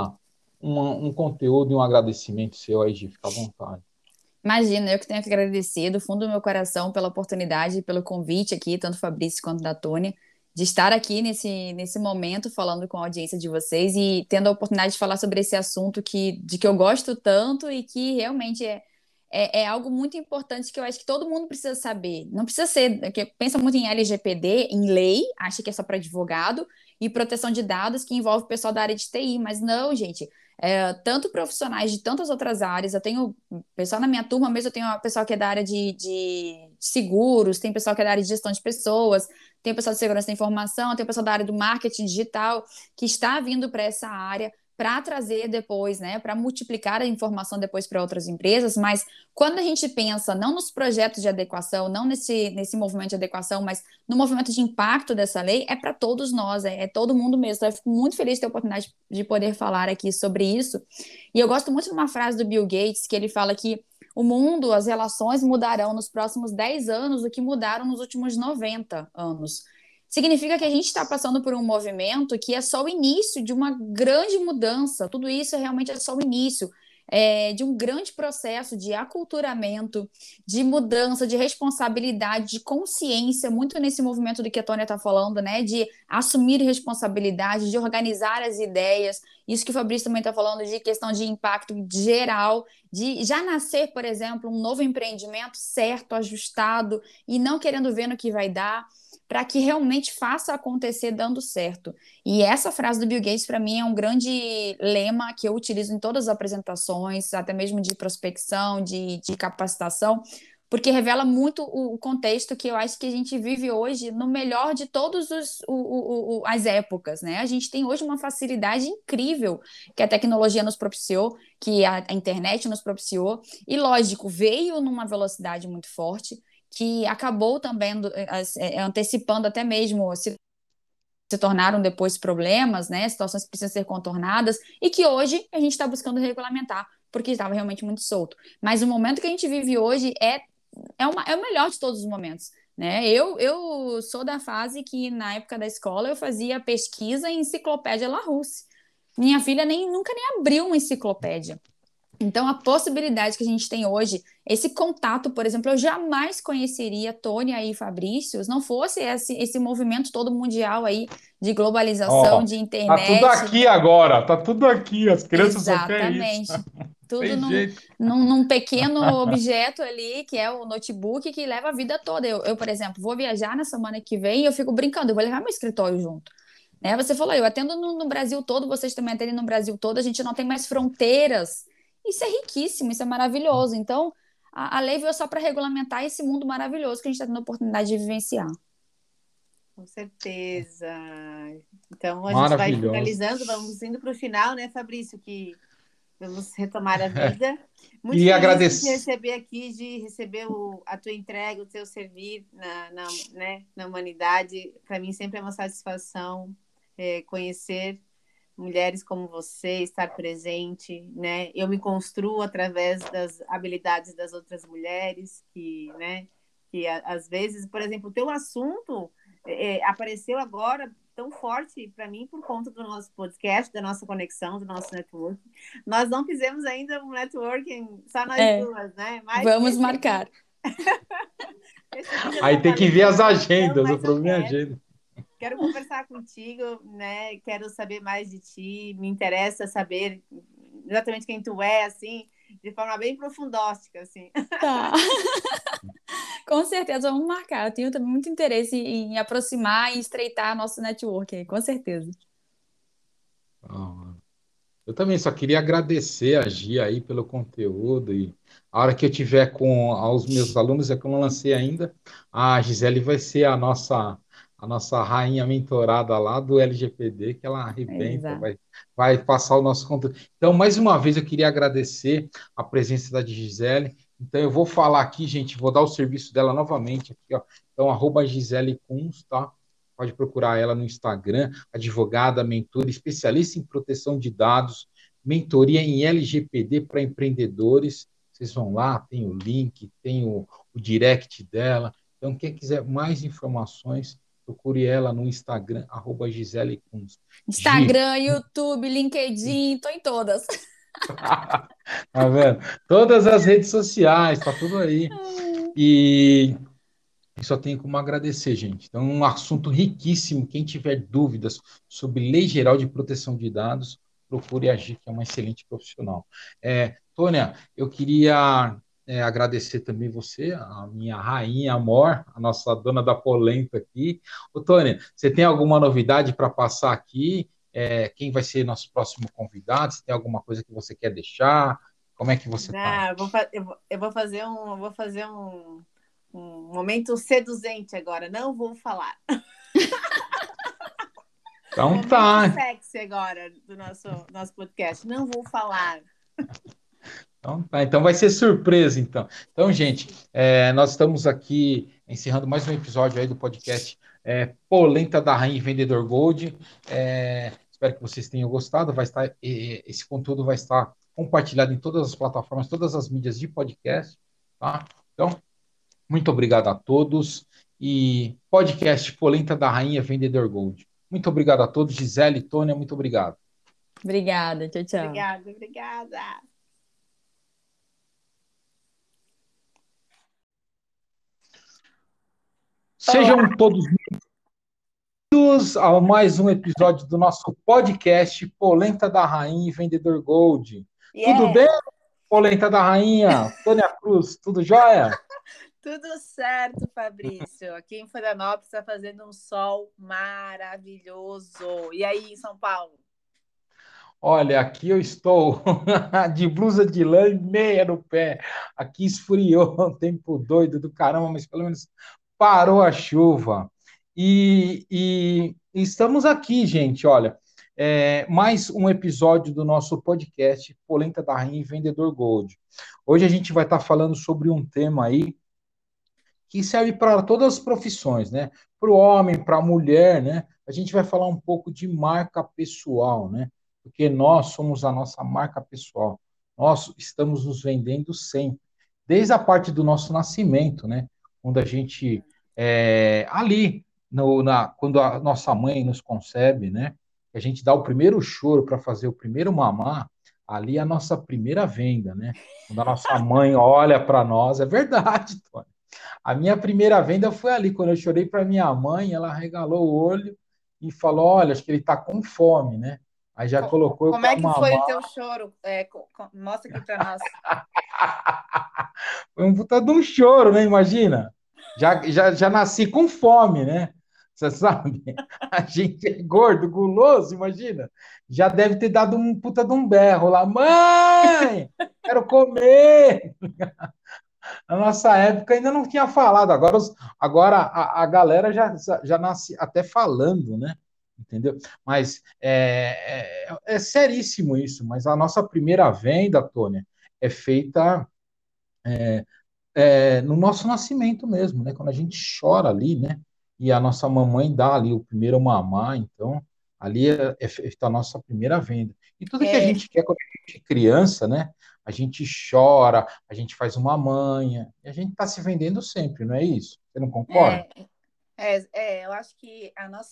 um conteúdo e um agradecimento seu aí, Gi, fica à vontade. Imagina, eu que tenho que agradecer do fundo do meu coração pela oportunidade e pelo convite aqui, tanto do Fabrício quanto da Tônia, de estar aqui nesse momento falando com a audiência de vocês e tendo a oportunidade de falar sobre esse assunto de que eu gosto tanto e que realmente é algo muito importante que eu acho que todo mundo precisa saber. Não precisa ser, que pensa muito em LGPD, em lei, acha que é só para advogado, e proteção de dados que envolve o pessoal da área de TI, mas não, gente. Tanto profissionais de tantas outras áreas, eu tenho pessoal na minha turma mesmo, eu tenho pessoal que é da área de seguros, tem pessoal que é da área de gestão de pessoas, tem pessoal de segurança da informação, tem pessoal da área do marketing digital que está vindo para essa área para trazer depois, né, para multiplicar a informação depois para outras empresas, mas quando a gente pensa não nos projetos de adequação, não nesse movimento de adequação, mas no movimento de impacto dessa lei, é para todos nós, é todo mundo mesmo. Então, eu fico muito feliz de ter a oportunidade de poder falar aqui sobre isso. E eu gosto muito de uma frase do Bill Gates, que ele fala que o mundo, as relações mudarão nos próximos 10 anos o que mudaram nos últimos 90 anos. Significa que a gente está passando por um movimento que é só o início de uma grande mudança. Tudo isso realmente é só o início de um grande processo de aculturamento, de mudança, de responsabilidade, de consciência, muito nesse movimento do que a Tônia está falando, né? De assumir responsabilidade, de organizar as ideias. Isso que o Fabrício também está falando de questão de impacto geral, de já nascer, por exemplo, um novo empreendimento certo, ajustado, e não querendo ver no que vai dar, para que realmente faça acontecer dando certo. E essa frase do Bill Gates, para mim, é um grande lema que eu utilizo em todas as apresentações, até mesmo de prospecção, de capacitação, porque revela muito o contexto que eu acho que a gente vive hoje no melhor de todas as épocas, né? A gente tem hoje uma facilidade incrível que a tecnologia nos propiciou, que a internet nos propiciou, e lógico, veio numa velocidade muito forte, que acabou também antecipando até mesmo se tornaram depois problemas, né, situações que precisam ser contornadas, e que hoje a gente está buscando regulamentar, porque estava realmente muito solto. Mas o momento que a gente vive hoje é o melhor de todos os momentos. Né? Eu sou da fase que, na época da escola, eu fazia pesquisa em enciclopédia Larousse. Minha filha nunca nem abriu uma enciclopédia. Então, a possibilidade que a gente tem hoje, esse contato, por exemplo, eu jamais conheceria Tônia e Fabrício se não fosse esse movimento todo mundial aí de globalização, de internet. Tá tudo aqui agora, tá tudo aqui, as crianças só querem isso. Exatamente. tudo Tem jeito. num pequeno objeto ali, que é o notebook, que leva a vida toda. Eu, por exemplo, vou viajar na semana que vem e eu fico brincando, eu vou levar meu escritório junto. Né? Você falou, eu atendo no Brasil todo, vocês também atendem no Brasil todo, a gente não tem mais fronteiras. Isso é riquíssimo, isso é maravilhoso. Então, a lei veio só para regulamentar esse mundo maravilhoso que a gente está tendo a oportunidade de vivenciar. Com certeza. Então, a gente vai Maravilhoso. finalizando, vamos indo para o final, né, Fabrício, que vamos retomar a vida. Muito E feliz de te agradecer. receber aqui, de receber a tua entrega, o teu servir né, na humanidade. Para mim sempre é uma satisfação conhecer mulheres como você, estar presente, né? Eu me construo através das habilidades das outras mulheres né, que às vezes, por exemplo, o teu assunto apareceu agora tão forte para mim por conta do nosso podcast, da nossa conexão, do nosso network. Nós não fizemos ainda um networking só nós duas, né? Mas vamos marcar. Aí tem que ver as agendas, o problema é a agenda. Quero conversar contigo, né? Quero saber mais de ti. Me interessa saber exatamente quem tu é, assim, de forma bem profundóstica, assim. Tá. Com certeza, vamos marcar. Eu tenho também muito interesse em aproximar e estreitar nosso network, com certeza. Eu também só queria agradecer a Gia aí pelo conteúdo e a hora que eu tiver com os meus alunos, é que eu não lancei ainda, a Gisele vai ser a nossa rainha mentorada lá do LGPD, que ela arrebenta, Exato. vai passar o nosso conteúdo. Então, mais uma vez, eu queria agradecer a presença da Gisele. Então, eu vou falar aqui, gente, vou dar o serviço dela novamente aqui, ó. Então, @Gisele Kunz, tá? Pode procurar ela no Instagram, advogada, mentora, especialista em proteção de dados, mentoria em LGPD para empreendedores. Vocês vão lá, tem o link, tem o direct dela. Então, quem quiser mais informações, procure ela no Instagram, @Gisele Kunz. Instagram, YouTube, LinkedIn, tô em todas. Tá vendo? Todas as redes sociais, tá tudo aí. E só tenho como agradecer, gente. Então, um assunto riquíssimo. Quem tiver dúvidas sobre Lei Geral de Proteção de Dados, procure a Gi, que é uma excelente profissional. Tônia, eu queria agradecer também você, a minha rainha amor, a nossa dona da polenta aqui. Ô, Tônia, você tem alguma novidade para passar aqui? Quem vai ser nosso próximo convidado? Se tem alguma coisa que você quer deixar? Como é que você está? Eu vou fazer um momento seduzente agora. Não vou falar. Então Momento tá. sexy agora do nosso podcast. Não vou falar. Então vai ser surpresa, então. Então, gente, nós estamos aqui encerrando mais um episódio aí do podcast Polenta da Rainha e Vendedor Gold. Espero que vocês tenham gostado. Esse conteúdo vai estar compartilhado em todas as plataformas, todas as mídias de podcast, tá? Então, muito obrigado a todos. E podcast Polenta da Rainha Vendedor Gold. Muito obrigado a todos. Gisele, Tônia, muito obrigado. Obrigada, tchau, tchau. Obrigada. Sejam todos bem-vindos a mais um episódio do nosso podcast Polenta da Rainha e Vendedor Gold. Tudo bem, Polenta da Rainha? Tônia Cruz, tudo jóia? Tudo certo, Fabrício. Aqui em Florianópolis está fazendo um sol maravilhoso. E aí, em São Paulo? Olha, aqui eu estou de blusa de lã e meia no pé. Aqui esfriou, um tempo doido do caramba, mas pelo menos parou a chuva. E estamos aqui, gente, olha, mais um episódio do nosso podcast Polenta da Rainha e Vendedor Gold. Hoje a gente vai estar falando sobre um tema aí que serve para todas as profissões, né? Para o homem, para a mulher, né? A gente vai falar um pouco de marca pessoal, né? Porque nós somos a nossa marca pessoal. Nós estamos nos vendendo sempre, desde a parte do nosso nascimento, né? Quando a gente ali, quando a nossa mãe nos concebe, né? A gente dá o primeiro choro para fazer o primeiro mamar, ali é a nossa primeira venda, né? Quando a nossa mãe olha para nós, é verdade, Tony. A minha primeira venda foi ali, quando eu chorei para minha mãe, ela regalou o olho e falou: Olha, acho que ele está com fome, né? Aí já colocou eu Como é para que foi o mamar. teu choro? Mostra aqui para nós. Foi um puta de um choro, né? Imagina. Já nasci com fome, né? Você sabe? A gente é gordo, guloso, imagina. Já deve ter dado um puta de um berro lá. Mãe, quero comer. Na nossa época ainda não tinha falado. Agora a galera já nasce até falando, né? Entendeu? Mas é seríssimo isso. Mas a nossa primeira venda, Tônia, é feita no nosso nascimento mesmo, né? Quando a gente chora ali, né? E a nossa mamãe dá ali o primeiro mamar, então ali é feita a nossa primeira venda. E tudo que a É, gente quer quando a gente é criança, né? A gente chora, a gente faz uma manha, e a gente está se vendendo sempre, não é isso? Você não concorda? é, eu acho que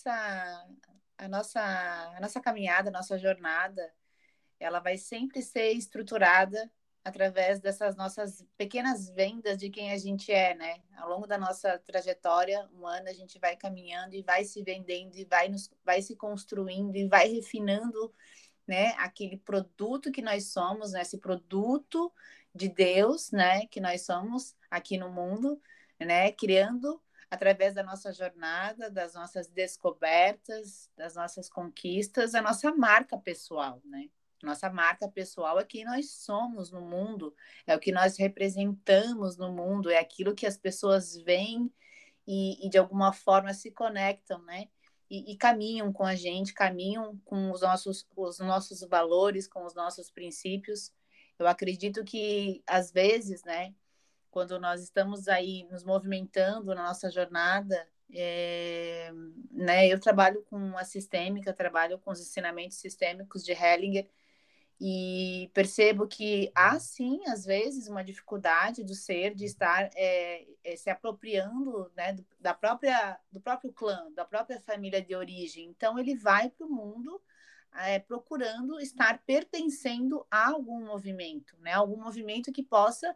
a nossa caminhada, a nossa jornada, ela vai sempre ser estruturada através dessas nossas pequenas vendas de quem a gente é, né? Ao longo da nossa trajetória humana, a gente vai caminhando e vai se vendendo e vai se construindo e vai refinando, né? Aquele produto que nós somos, né? Esse produto de Deus, né? Que nós somos aqui no mundo, né? Criando através da nossa jornada, das nossas descobertas, das nossas conquistas, a nossa marca pessoal, né? Nossa marca pessoal é quem nós somos no mundo, é o que nós representamos no mundo, é aquilo que as pessoas veem e de alguma forma se conectam, né? E caminham com a gente, caminham com os nossos valores, com os nossos princípios. Eu acredito que, às vezes, né, quando nós estamos aí nos movimentando na nossa jornada, né, eu trabalho com a sistêmica, trabalho com os ensinamentos sistêmicos de Hellinger, e percebo que há sim, às vezes, uma dificuldade do ser de estar se apropriando, né, do próprio clã, da própria família de origem. Então, ele vai para o mundo procurando estar pertencendo a algum movimento, né? Algum movimento que possa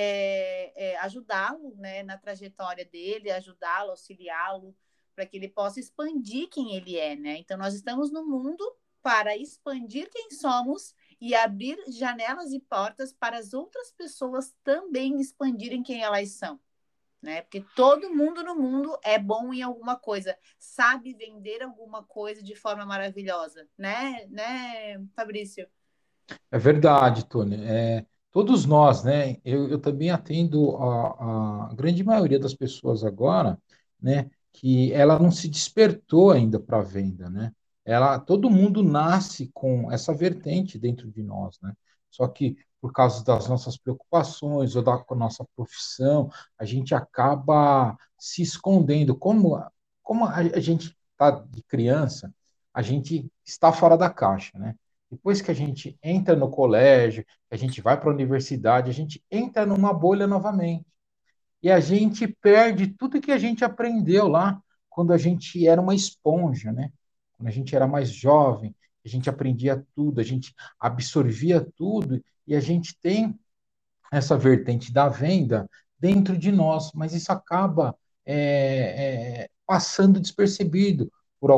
ajudá-lo, né, na trajetória dele, ajudá-lo, auxiliá-lo, para que ele possa expandir quem ele é, né? Então, nós estamos no mundo para expandir quem somos e abrir janelas e portas para as outras pessoas também expandirem quem elas são, né? Porque todo mundo no mundo é bom em alguma coisa, sabe vender alguma coisa de forma maravilhosa, né, Fabrício? É verdade, Tony. Todos nós, né? Eu também atendo a grande maioria das pessoas agora, né? Que ela não se despertou ainda para a venda, né? Todo mundo nasce com essa vertente dentro de nós, né? Só que por causa das nossas preocupações ou da nossa profissão, a gente acaba se escondendo. Como a gente está de criança, a gente está fora da caixa, né? Depois que a gente entra no colégio, que a gente vai para a universidade, a gente entra numa bolha novamente. E a gente perde tudo que a gente aprendeu lá quando a gente era uma esponja, né? Quando a gente era mais jovem, a gente aprendia tudo, a gente absorvia tudo e a gente tem essa vertente da venda dentro de nós, mas isso acaba passando despercebido por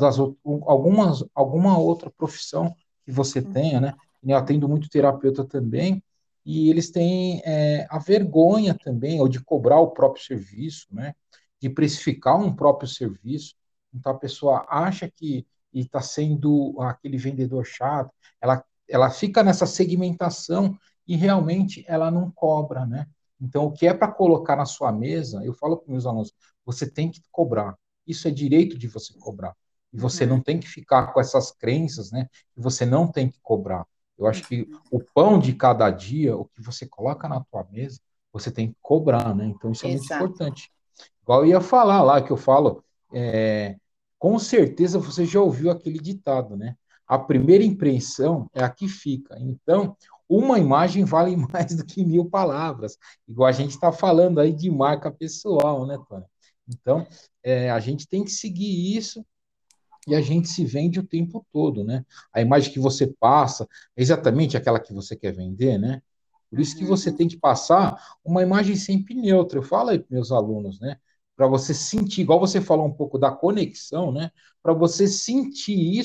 alguma outra profissão que você tenha, né? Eu atendo muito terapeuta também, e eles têm a vergonha também, ou de cobrar o próprio serviço, né? De precificar um próprio serviço. Então a pessoa acha que está sendo aquele vendedor chato, ela fica nessa segmentação e realmente ela não cobra, né? Então, o que é para colocar na sua mesa, eu falo para meus alunos, você tem que cobrar. Isso é direito de você cobrar. E você não Uhum, tem que ficar com essas crenças, né? Que você não tem que cobrar. Eu acho que uhum. o pão de cada dia, o que você coloca na tua mesa, você tem que cobrar, né? Então, isso é muito Exato. importante. Igual eu ia falar lá, que eu falo, com certeza você já ouviu aquele ditado, né? A primeira impressão é a que fica. Então, uma imagem vale mais do que 1.000 palavras. Igual a gente está falando aí de marca pessoal, né, Tony? Então, a gente tem que seguir isso e a gente se vende o tempo todo, né? A imagem que você passa é exatamente aquela que você quer vender, né? Por isso que Uhum. você tem que passar uma imagem sempre neutra. Eu falo aí para meus alunos, né? Para você sentir, igual você falou um pouco da conexão, né? Para você sentir isso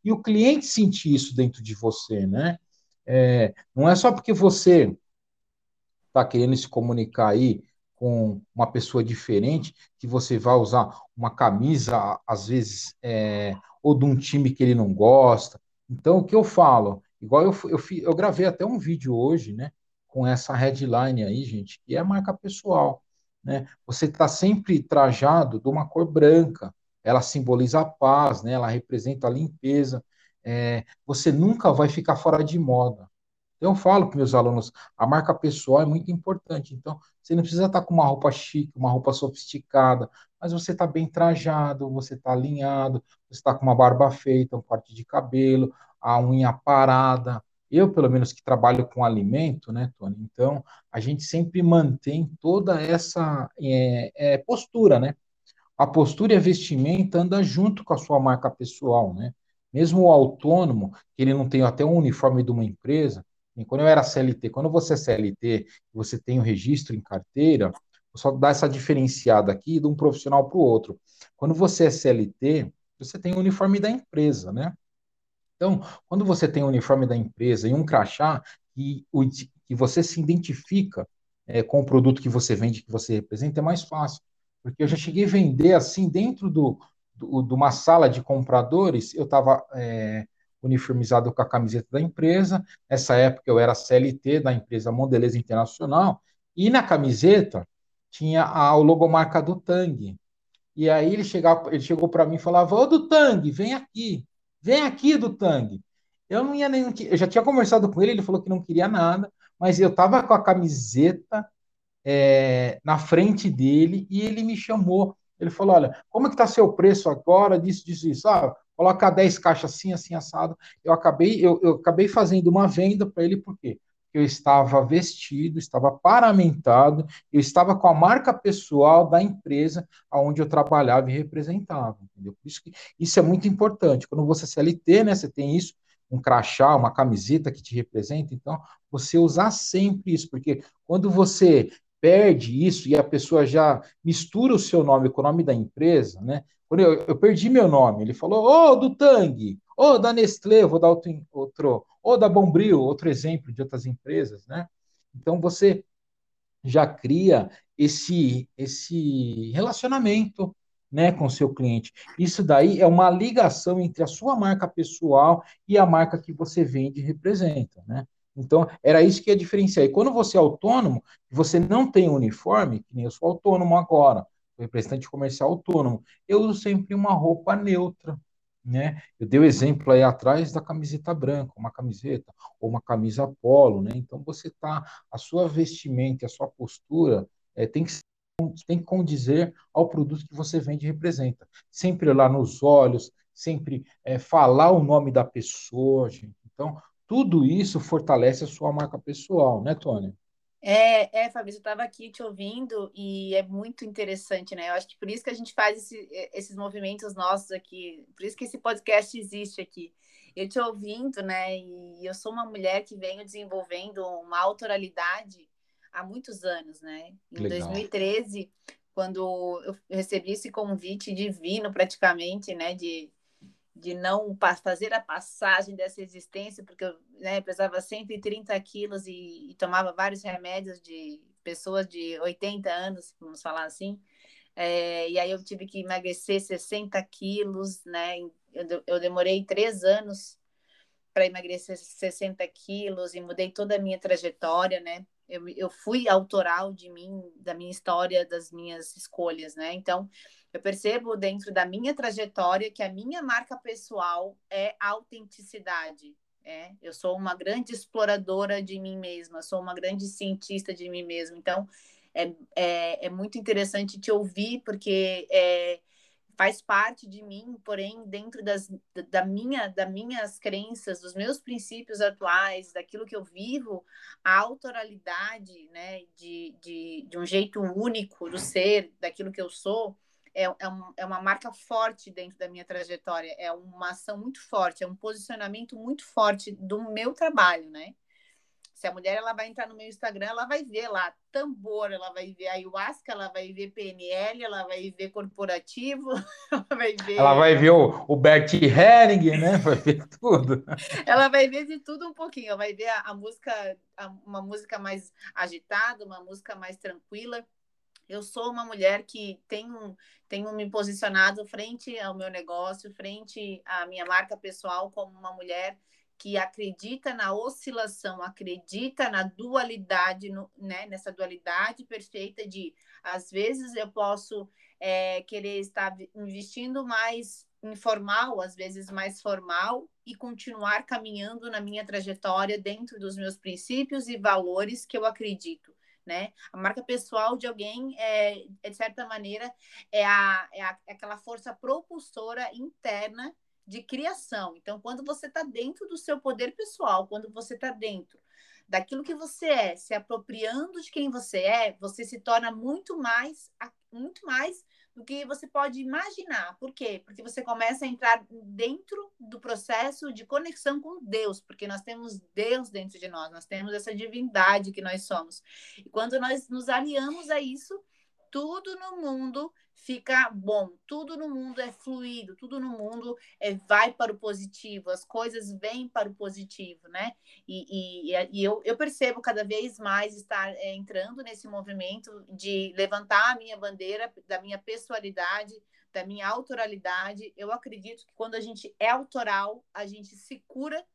e o cliente sentir isso dentro de você, né? Não é só porque você está querendo se comunicar aí com uma pessoa diferente, que você vai usar uma camisa, às vezes, ou de um time que ele não gosta. Então, o que eu falo? Igual eu gravei até um vídeo hoje, né? Com essa headline aí, gente, que é marca pessoal, né? Você está sempre trajado de uma cor branca, ela simboliza a paz, né? Ela representa a limpeza. Você nunca vai ficar fora de moda. Então, eu falo para meus alunos, a marca pessoal é muito importante. Então, você não precisa estar com uma roupa chique, uma roupa sofisticada, mas você está bem trajado, você está alinhado, você está com uma barba feita, um corte de cabelo, a unha parada. Eu, pelo menos, que trabalho com alimento, né, Tony? Então, a gente sempre mantém toda essa postura, né? A postura e a vestimenta anda junto com a sua marca pessoal, né? Mesmo o autônomo, que ele não tem até um uniforme de uma empresa, e quando eu era CLT, quando você é CLT, você tem o registro em carteira, só dá essa diferenciada aqui de um profissional para o outro. Quando você é CLT, você tem o uniforme da empresa, né? Então, quando você tem o uniforme da empresa e um crachá, que você se identifica com o produto que você vende, que você representa, é mais fácil. Porque eu já cheguei a vender assim, dentro de uma sala de compradores, eu estava uniformizado com a camiseta da empresa. Nessa época eu era CLT da empresa Mondelez Internacional, e na camiseta tinha a logomarca do Tang. E aí ele chegou para mim e falava: Ô do Tang, vem aqui do Tang. Eu não ia nem, eu já tinha conversado com ele, ele falou que não queria nada, mas eu estava com a camiseta na frente dele e ele me chamou. Ele falou: Olha, como é que está seu preço agora? Disso, isso. Coloca 10 caixas assim, assim, assado. Eu acabei fazendo uma venda para ele, por quê? Eu estava vestido, estava paramentado, eu estava com a marca pessoal da empresa onde eu trabalhava e representava, entendeu? Por isso que isso é muito importante. Quando você é CLT, né, você tem isso, um crachá, uma camiseta que te representa, então você usar sempre isso, porque quando você perde isso e a pessoa já mistura o seu nome com o nome da empresa, né? Quando eu perdi meu nome, ele falou, ô, do Tang, ô, da Nestlé, vou dar outro, ou da Bombril, outro exemplo de outras empresas, né? Então você já cria esse relacionamento, né, com o seu cliente. Isso daí é uma ligação entre a sua marca pessoal e a marca que você vende e representa, né? Então, era isso que ia diferenciar. E quando você é autônomo, você não tem uniforme, que nem eu sou autônomo agora, representante comercial autônomo, eu uso sempre uma roupa neutra, né? Eu dei o exemplo aí atrás da camiseta branca, uma camiseta ou uma camisa polo, né? Então você tá, a sua vestimenta, a sua postura tem que condizer ao produto que você vende e representa. Sempre olhar nos olhos, sempre falar o nome da pessoa, gente. Então tudo isso fortalece a sua marca pessoal, né, Tônia? Fabrício, eu estava aqui te ouvindo e é muito interessante, né? Eu acho que por isso que a gente faz esses movimentos nossos aqui, por isso que esse podcast existe aqui. Eu te ouvindo, né? E eu sou uma mulher que venho desenvolvendo uma autoralidade há muitos anos, né? Em Legal. 2013, quando eu recebi esse convite divino, praticamente, né? De não fazer a passagem dessa existência, porque eu, né, pesava 130 quilos e tomava vários remédios de pessoas de 80 anos, vamos falar assim. E aí eu tive que emagrecer 60 quilos, né? Eu demorei 3 anos para emagrecer 60 quilos e mudei toda a minha trajetória, né? Eu fui autoral de mim, da minha história, das minhas escolhas, né? Então, eu percebo dentro da minha trajetória que a minha marca pessoal é autenticidade. Eu sou uma grande exploradora de mim mesma, sou uma grande cientista de mim mesma. Então, é muito interessante te ouvir, porque faz parte de mim, porém, dentro das minhas crenças, dos meus princípios atuais, daquilo que eu vivo, a autoralidade, né, de um jeito único do ser, daquilo que eu sou, é uma marca forte dentro da minha trajetória, é uma ação muito forte, é um posicionamento muito forte do meu trabalho, né? Se a mulher ela vai entrar no meu Instagram, ela vai ver lá tambor, ela vai ver ayahuasca, ela vai ver PNL, ela vai ver corporativo, ela vai Ela ver vai ver o Bert Helling, né? Vai ver tudo. ela vai ver de tudo um pouquinho. Ela vai ver a música, uma música mais agitada, uma música mais tranquila. Eu sou uma mulher que tenho me posicionado frente ao meu negócio, frente à minha marca pessoal, como uma mulher que acredita na oscilação, acredita na dualidade, né, nessa dualidade perfeita de, às vezes, eu posso querer estar investindo mais informal, às vezes mais formal, e continuar caminhando na minha trajetória dentro dos meus princípios e valores que eu acredito. Né? A marca pessoal de alguém, de certa maneira, aquela força propulsora interna de criação. Então, quando você está dentro do seu poder pessoal, quando você está dentro daquilo que você é, se apropriando de quem você é, você se torna muito mais do que você pode imaginar. Por quê? Porque você começa a entrar dentro do processo de conexão com Deus, porque nós temos Deus dentro de nós, nós temos essa divindade que nós somos. E quando nós nos aliamos a isso, tudo no mundo fica bom, tudo no mundo é fluido, tudo no mundo vai para o positivo, as coisas vêm para o positivo, né? E eu percebo cada vez mais estar entrando nesse movimento de levantar a minha bandeira da minha pessoalidade, da minha autoralidade. Eu acredito que quando a gente é autoral, a gente se cura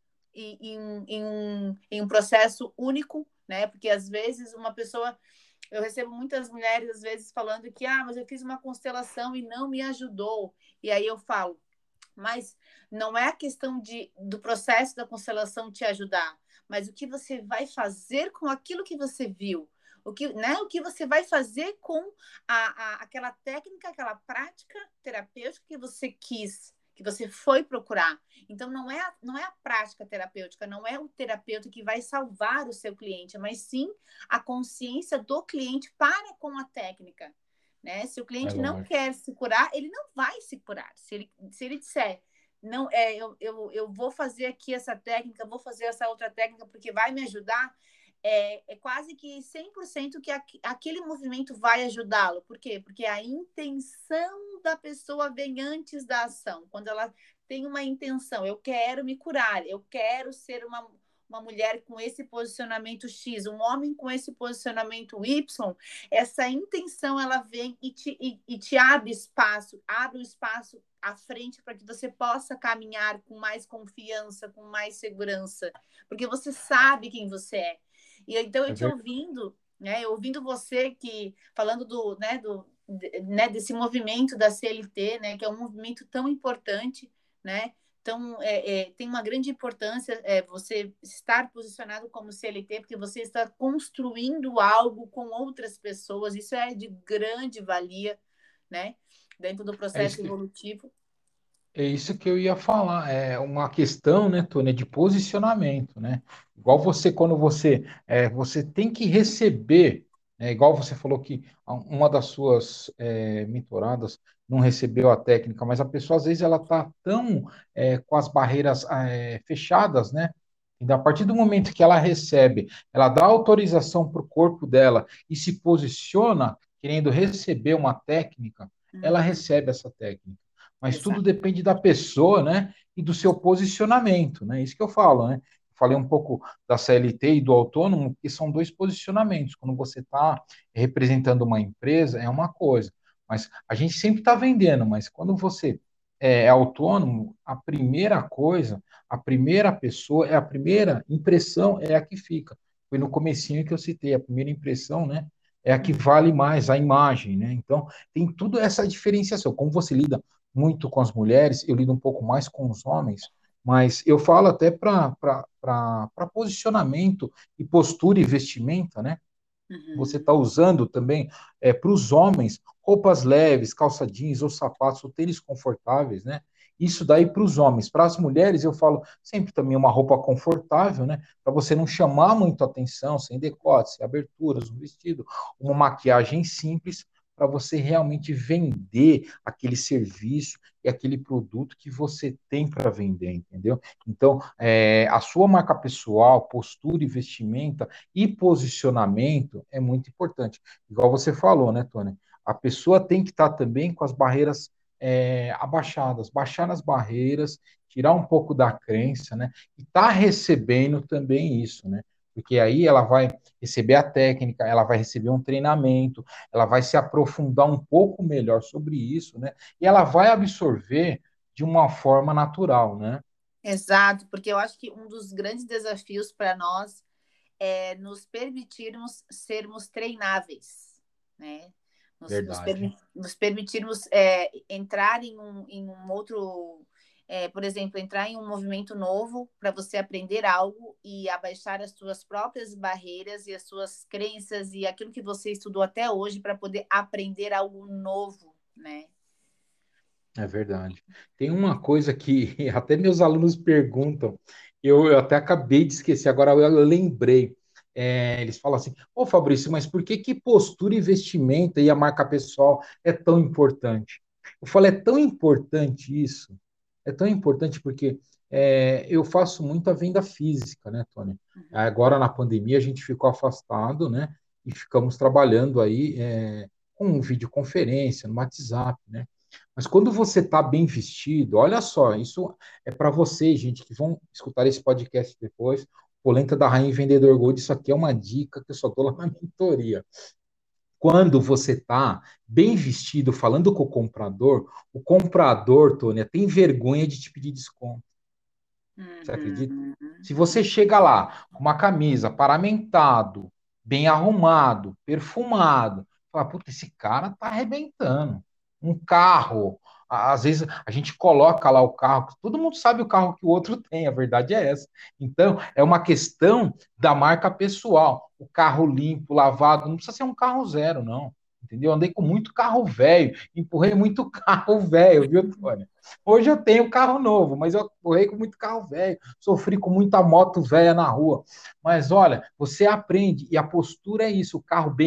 em um processo único, né? Porque às vezes uma pessoa... Eu recebo muitas mulheres, às vezes, falando que, mas eu fiz uma constelação e não me ajudou. E aí eu falo, mas não é a questão do processo da constelação te ajudar, mas o que você vai fazer com aquilo que você viu. O que você vai fazer com aquela técnica, aquela prática terapêutica que você quis, que você foi procurar. Então, não é a prática terapêutica, não é o terapeuta que vai salvar o seu cliente, mas sim a consciência do cliente para com a técnica. Né? Se o cliente não quer se curar, ele não vai se curar. Se ele disser, não, eu vou fazer aqui essa técnica, vou fazer essa outra técnica porque vai me ajudar, é quase que 100% que aquele movimento vai ajudá-lo. Por quê? Porque a intenção da pessoa vem antes da ação. Quando ela tem uma intenção, eu quero me curar, eu quero ser uma mulher com esse posicionamento X, um homem com esse posicionamento Y, essa intenção ela vem e te abre o espaço à frente para que você possa caminhar com mais confiança, com mais segurança, porque você sabe quem você é. E então eu te ouvindo, né, ouvindo você falando desse movimento da CLT, né, que é um movimento tão importante, né? Então, tem uma grande importância você estar posicionado como CLT, porque você está construindo algo com outras pessoas, isso é de grande valia, né? Dentro do processo evolutivo. É isso que eu ia falar, é uma questão, né, Tônia, de posicionamento, né? Igual você, quando você tem que receber, né, igual você falou que uma das suas mentoradas não recebeu a técnica, mas a pessoa, às vezes, ela está tão com as barreiras fechadas, né? E a partir do momento que ela recebe, ela dá autorização para o corpo dela e se posiciona querendo receber uma técnica, ela recebe essa técnica. Mas Exato. Tudo depende da pessoa, né? E do seu posicionamento, né? Isso que eu falo, né? Falei um pouco da CLT e do autônomo, que são dois posicionamentos. Quando você está representando uma empresa, é uma coisa. Mas a gente sempre está vendendo, mas quando você é autônomo, a primeira coisa, a primeira pessoa, a primeira impressão é a que fica. Foi no comecinho que eu citei, a primeira impressão, né? É a que vale mais, a imagem, né? Então, tem tudo essa diferenciação. Como você lida muito com as mulheres, eu lido um pouco mais com os homens, mas eu falo até para posicionamento e postura e vestimenta, né? Você está usando também para os homens roupas leves, calça jeans ou sapatos ou tênis confortáveis, né? Isso daí para os homens. Para as mulheres, eu falo sempre também uma roupa confortável, né? Para você não chamar muito atenção, sem decote, sem aberturas, um vestido, uma maquiagem simples, para você realmente vender aquele serviço e aquele produto que você tem para vender, entendeu? Então, a sua marca pessoal, postura e vestimenta e posicionamento é muito importante. Igual você falou, né, Tony? A pessoa tem que estar também com as barreiras abaixadas, baixar as barreiras, tirar um pouco da crença, né? E tá recebendo também isso, né? Porque aí ela vai receber a técnica, ela vai receber um treinamento, ela vai se aprofundar um pouco melhor sobre isso, né? E ela vai absorver de uma forma natural, né? Exato, porque eu acho que um dos grandes desafios para nós é nos permitirmos sermos treináveis, né? Verdade. Nos permitirmos entrar em um outro, por exemplo, entrar em um movimento novo para você aprender algo e abaixar as suas próprias barreiras e as suas crenças e aquilo que você estudou até hoje para poder aprender algo novo, né? É verdade. Tem uma coisa que até meus alunos perguntam, eu até acabei de esquecer, agora eu lembrei. Eles falam assim: Ô Fabrício, mas por que que postura e vestimenta e a marca pessoal é tão importante? Eu falo, é tão importante isso, é tão importante porque eu faço muita venda física, né, Tony? Agora na pandemia a gente ficou afastado, né? E ficamos trabalhando aí com videoconferência, no WhatsApp, né? Mas quando você está bem vestido, olha só, isso é para vocês, gente, que vão escutar esse podcast depois. Polenta da Rainha e Vendedor Gold, isso aqui é uma dica que eu só dou lá na mentoria. Quando você está bem vestido, falando com o comprador, Tônia, tem vergonha de te pedir desconto. Você acredita? Uhum. Se você chega lá com uma camisa, paramentado, bem arrumado, perfumado, fala, puta, esse cara tá arrebentando. Um carro, às vezes a gente coloca lá o carro, todo mundo sabe o carro que o outro tem, a verdade é essa. Então, é uma questão da marca pessoal. O carro limpo, lavado, não precisa ser um carro zero, não. Entendeu? Andei com muito carro velho, empurrei muito carro velho, viu, Tônia? Hoje eu tenho carro novo, mas eu empurrei com muito carro velho, sofri com muita moto velha na rua. Mas olha, você aprende, e a postura é isso,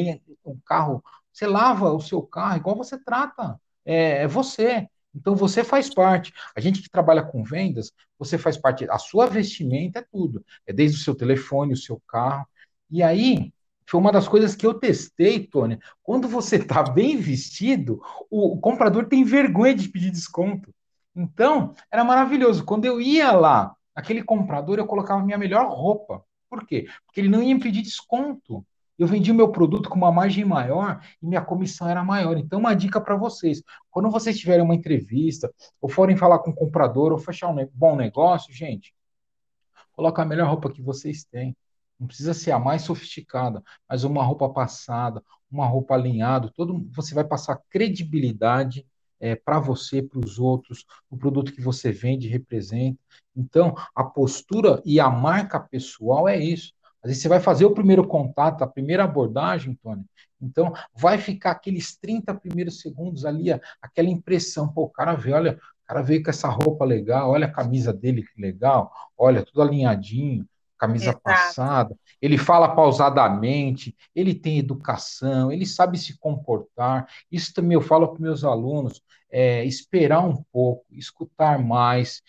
o carro, você lava o seu carro igual você trata, é você. Então você faz parte. A gente que trabalha com vendas, você faz parte. A sua vestimenta é tudo. É desde o seu telefone, o seu carro. E aí, foi uma das coisas que eu testei, Tônia. Quando você está bem vestido, o comprador tem vergonha de pedir desconto. Então, era maravilhoso. Quando eu ia lá, aquele comprador, eu colocava minha melhor roupa. Por quê? Porque ele não ia me pedir desconto. Eu vendia o meu produto com uma margem maior e minha comissão era maior. Então, uma dica para vocês: quando vocês tiverem uma entrevista, ou forem falar com o comprador, ou fechar um bom negócio, gente, coloca a melhor roupa que vocês têm. Não precisa ser a mais sofisticada, mas uma roupa passada, uma roupa alinhada, você vai passar credibilidade para você, para os outros, o produto que você vende representa. Então, a postura e a marca pessoal é isso. Às vezes você vai fazer o primeiro contato, a primeira abordagem, Tony. Então, vai ficar aqueles 30 primeiros segundos ali, aquela impressão, pô, o cara vê, olha, o cara veio com essa roupa legal, olha a camisa dele que legal, olha, tudo alinhadinho, camisa Exato. passada, ele fala pausadamente, ele tem educação, ele sabe se comportar. Isso também eu falo para meus alunos, esperar um pouco, escutar mais.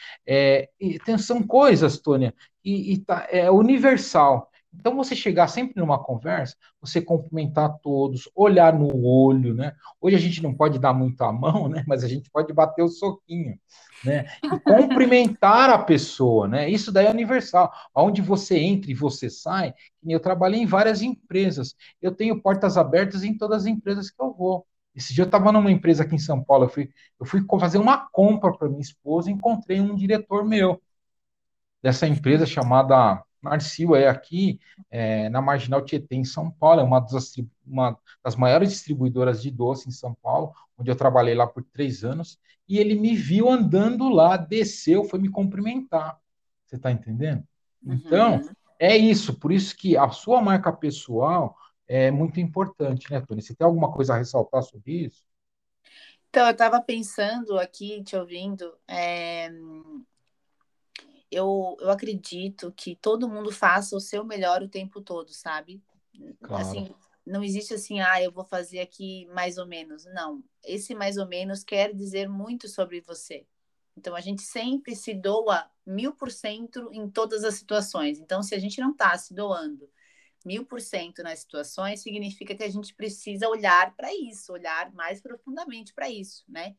São coisas, Tônia, é universal. Então, você chegar sempre numa conversa, você cumprimentar todos, olhar no olho, né? Hoje a gente não pode dar muito a mão, né? Mas a gente pode bater o soquinho, né? E cumprimentar a pessoa, né? Isso daí é universal. Onde você entra e você sai, eu trabalhei em várias empresas. Eu tenho portas abertas em todas as empresas que eu vou. Esse dia eu estava numa empresa aqui em São Paulo, eu fui fazer uma compra para minha esposa e encontrei um diretor meu dessa empresa chamada Marsil, aqui na Marginal Tietê, em São Paulo, é uma das maiores distribuidoras de doce em São Paulo, onde eu trabalhei lá por 3 anos, e ele me viu andando lá, desceu, foi me cumprimentar. Você está entendendo? Então, Uhum. é isso, por isso que a sua marca pessoal é muito importante, né, Tony? Você tem alguma coisa a ressaltar sobre isso? Então, eu estava pensando aqui, te ouvindo, eu acredito que todo mundo faça o seu melhor o tempo todo, sabe? Claro. Assim, não existe assim, eu vou fazer aqui mais ou menos. Não, esse mais ou menos quer dizer muito sobre você. Então, a gente sempre se doa 1000% em todas as situações. Então, se a gente não está se doando 1000% nas situações, significa que a gente precisa olhar para isso, olhar mais profundamente para isso, né?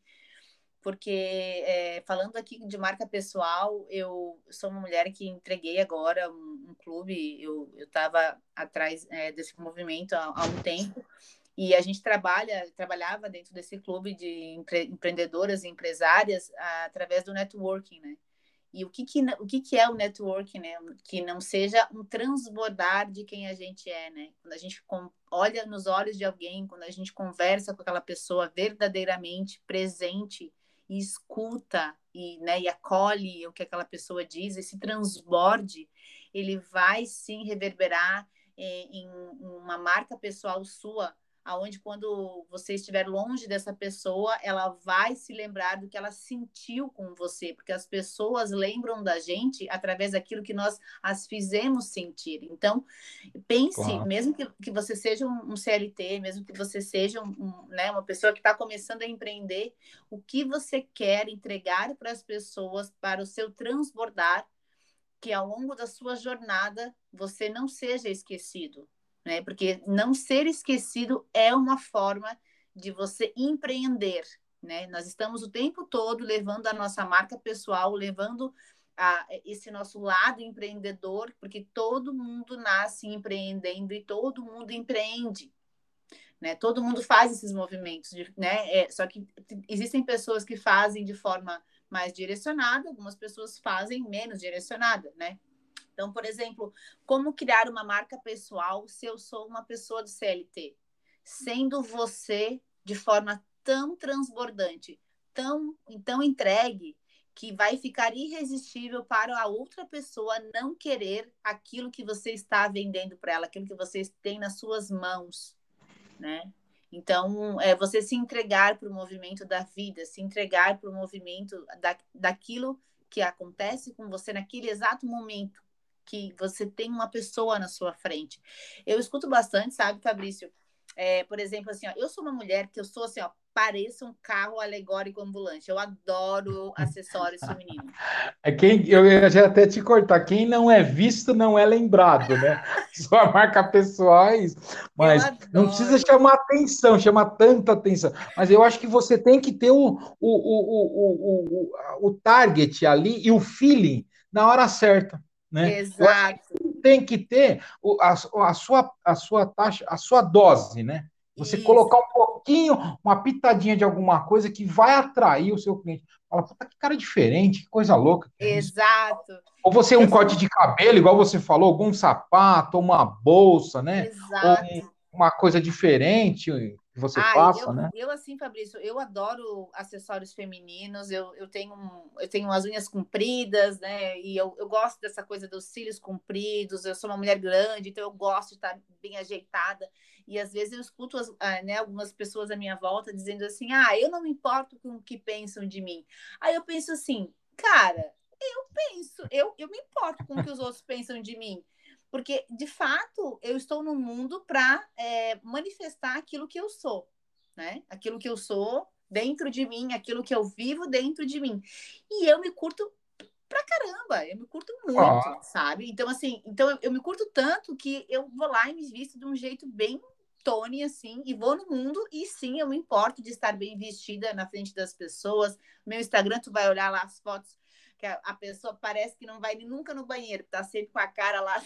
Porque, falando aqui de marca pessoal, eu sou uma mulher que entreguei agora um clube, eu estava atrás desse movimento há um tempo, e a gente trabalhava dentro desse clube de empreendedoras e empresárias através do networking, né? E o que é o networking, né? Que não seja um transbordar de quem a gente é, né? Quando a gente olha nos olhos de alguém, quando a gente conversa com aquela pessoa verdadeiramente presente e escuta e acolhe o que aquela pessoa diz, esse transborde, ele vai sim reverberar em uma marca pessoal sua, aonde quando você estiver longe dessa pessoa, ela vai se lembrar do que ela sentiu com você, porque as pessoas lembram da gente através daquilo que nós as fizemos sentir. Então, pense, Claro. mesmo que você seja um CLT, mesmo que você seja né, uma pessoa que está começando a empreender, o que você quer entregar para as pessoas, para o seu transbordar, que ao longo da sua jornada você não seja esquecido, né? Porque não ser esquecido é uma forma de você empreender, né? Nós estamos o tempo todo levando a nossa marca pessoal, levando esse nosso lado empreendedor, porque todo mundo nasce empreendendo e todo mundo empreende. Né? Todo mundo faz esses movimentos, né? Só que existem pessoas que fazem de forma mais direcionada, algumas pessoas fazem menos direcionada, né? Então, por exemplo, como criar uma marca pessoal se eu sou uma pessoa do CLT? Sendo você de forma tão transbordante, tão entregue, que vai ficar irresistível para a outra pessoa não querer aquilo que você está vendendo para ela, aquilo que você tem nas suas mãos, né? Então, você se entregar para o movimento da vida, se entregar para o movimento daquilo que acontece com você naquele exato momento que você tem uma pessoa na sua frente. Eu escuto bastante, sabe, Fabrício? Por exemplo, assim, ó, eu sou uma mulher que eu sou assim, ó, pareço um carro alegórico ambulante. Eu adoro acessórios femininos. Eu já até te cortar. Quem não é visto não é lembrado, né? Sua marca pessoal é isso. Eu Mas não precisa adoro. chamar atenção, chamar tanta atenção. Mas eu acho que você tem que ter o target ali e o feeling na hora certa, né? Eu acho Exato. que tem que ter a sua taxa, a sua dose, né? Você Isso. colocar um pouquinho, uma pitadinha de alguma coisa que vai atrair o seu cliente. Fala, puta, que cara diferente, que coisa louca que é isso. Exato. Ou você E um eu corte sou. de cabelo, igual você falou, algum sapato, uma bolsa, né? Ou Exato. uma coisa diferente que você Ai, faça, né? eu assim, Fabrício, eu adoro acessórios femininos, eu tenho as unhas compridas, né? E eu gosto dessa coisa dos cílios compridos, eu sou uma mulher grande, então eu gosto de estar bem ajeitada. E às vezes eu escuto né, algumas pessoas à minha volta dizendo assim: eu não me importo com o que pensam de mim. Aí eu penso assim, cara, eu me importo com o que os outros pensam de mim. Porque, de fato, eu estou no mundo para manifestar aquilo que eu sou, né? Aquilo que eu sou dentro de mim, aquilo que eu vivo dentro de mim. E eu me curto pra caramba, eu me curto muito, Ah, sabe? Então, assim, eu me curto tanto que eu vou lá e me visto de um jeito bem Tony, assim, e vou no mundo, e sim, eu me importo de estar bem vestida na frente das pessoas. Meu Instagram, tu vai olhar lá as fotos, que a pessoa parece que não vai nunca no banheiro, tá sempre com a cara lá.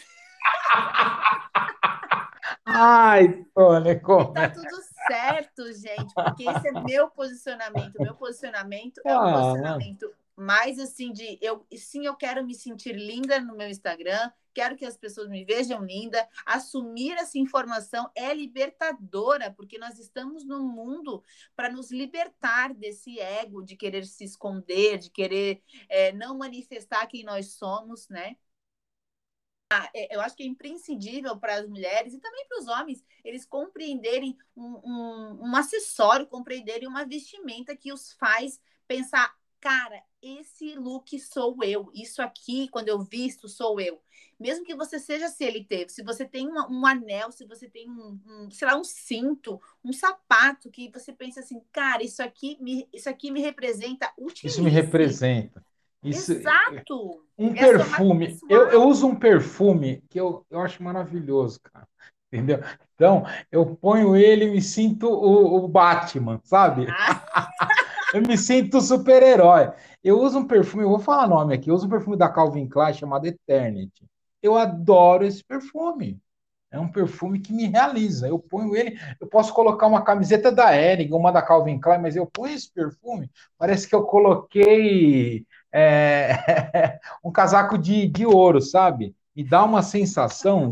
ai, Tônia, E como tá é? tudo certo, gente, porque esse é meu posicionamento. O meu posicionamento é um Ah, posicionamento mais assim de eu quero me sentir linda no meu Instagram, quero que as pessoas me vejam linda. Assumir essa informação é libertadora, porque nós estamos no mundo para nos libertar desse ego de querer se esconder, de querer não manifestar quem nós somos, né? Eu acho que é imprescindível para as mulheres e também para os homens eles compreenderem um acessório, compreenderem uma vestimenta que os faz pensar cara, esse look sou eu. Isso aqui, quando eu visto, sou eu. Mesmo que você seja CLT, se você tem um anel, se você tem sei lá, um cinto, um sapato que você pensa assim, cara, isso aqui me representa, Isso me utilize. representa. Isso, Exato. um É a sua marca perfume. Eu pessoal. uso um perfume que eu acho maravilhoso, cara. Entendeu? Então, eu ponho ele e me sinto o Batman, sabe? Ah, Eu me sinto super-herói. Eu uso um perfume, eu vou falar nome aqui, eu uso um perfume da Calvin Klein chamado Eternity. Eu adoro esse perfume. É um perfume que me realiza. Eu ponho ele, eu posso colocar uma camiseta da Hering, uma da Calvin Klein, mas eu ponho esse perfume, parece que eu coloquei um casaco de ouro, sabe? Me dá uma sensação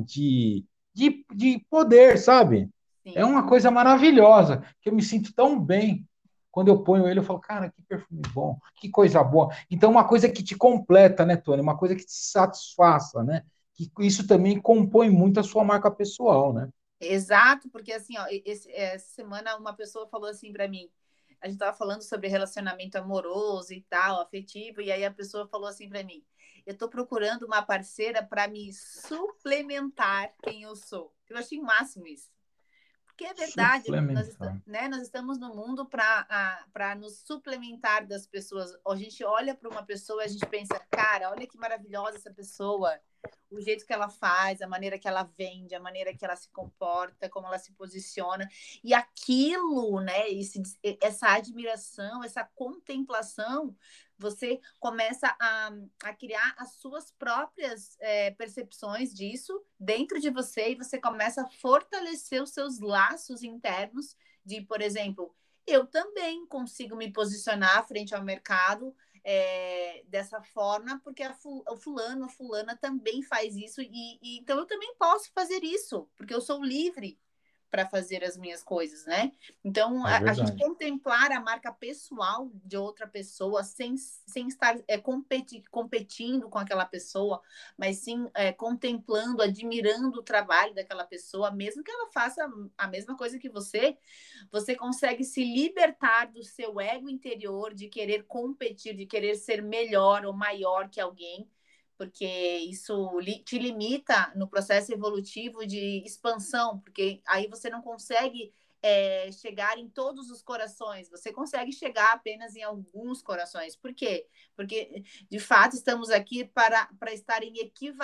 de poder, sabe? É uma sim. coisa maravilhosa, que eu me sinto tão bem. Quando eu ponho ele, eu falo, cara, que perfume bom, que coisa boa. Então, uma coisa que te completa, né, Tony? Uma coisa que te satisfaça, né? Que isso também compõe muito a sua marca pessoal, né? Exato, porque assim, ó, essa semana uma pessoa falou assim para mim, a gente tava falando sobre relacionamento amoroso e tal, afetivo, e aí a pessoa falou assim para mim, eu tô procurando uma parceira para me suplementar quem eu sou. Eu achei o máximo isso. Porque é verdade, Suplementar. né, nós estamos no mundo para nos suplementar das pessoas. A gente olha para uma pessoa e a gente pensa, cara, olha que maravilhosa essa pessoa. O jeito que ela faz, a maneira que ela vende, a maneira que ela se comporta, como ela se posiciona. E aquilo, né, essa admiração, essa contemplação, você começa a criar as suas próprias percepções disso dentro de você e você começa a fortalecer os seus laços internos de, por exemplo, eu também consigo me posicionar frente ao mercado dessa forma, porque o fulano, a fulana também faz isso, então eu também posso fazer isso, porque eu sou livre para fazer as minhas coisas, né? Então, É a gente verdade. contemplar a marca pessoal de outra pessoa sem estar competindo com aquela pessoa, mas sim contemplando, admirando o trabalho daquela pessoa, mesmo que ela faça a mesma coisa que você consegue se libertar do seu ego interior de querer competir, de querer ser melhor ou maior que alguém, porque isso te limita no processo evolutivo de expansão, porque aí você não consegue chegar em todos os corações, você consegue chegar apenas em alguns corações. Por quê? Porque, de fato, estamos aqui para estar em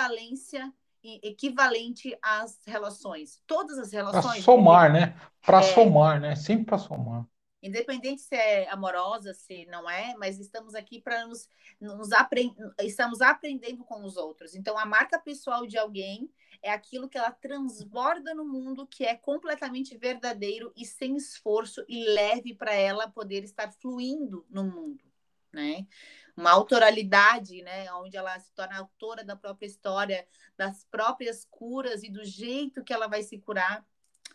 equivalente às relações. Todas as Para relações, somar, né? Para é, somar, né? Sempre para somar. independente se é amorosa, se não é, mas estamos aqui para estamos aprendendo com os outros. Então, a marca pessoal de alguém é aquilo que ela transborda no mundo, que é completamente verdadeiro e sem esforço e leve para ela poder estar fluindo no mundo, né? Uma autoralidade, né, onde ela se torna autora da própria história, das próprias curas e do jeito que ela vai se curar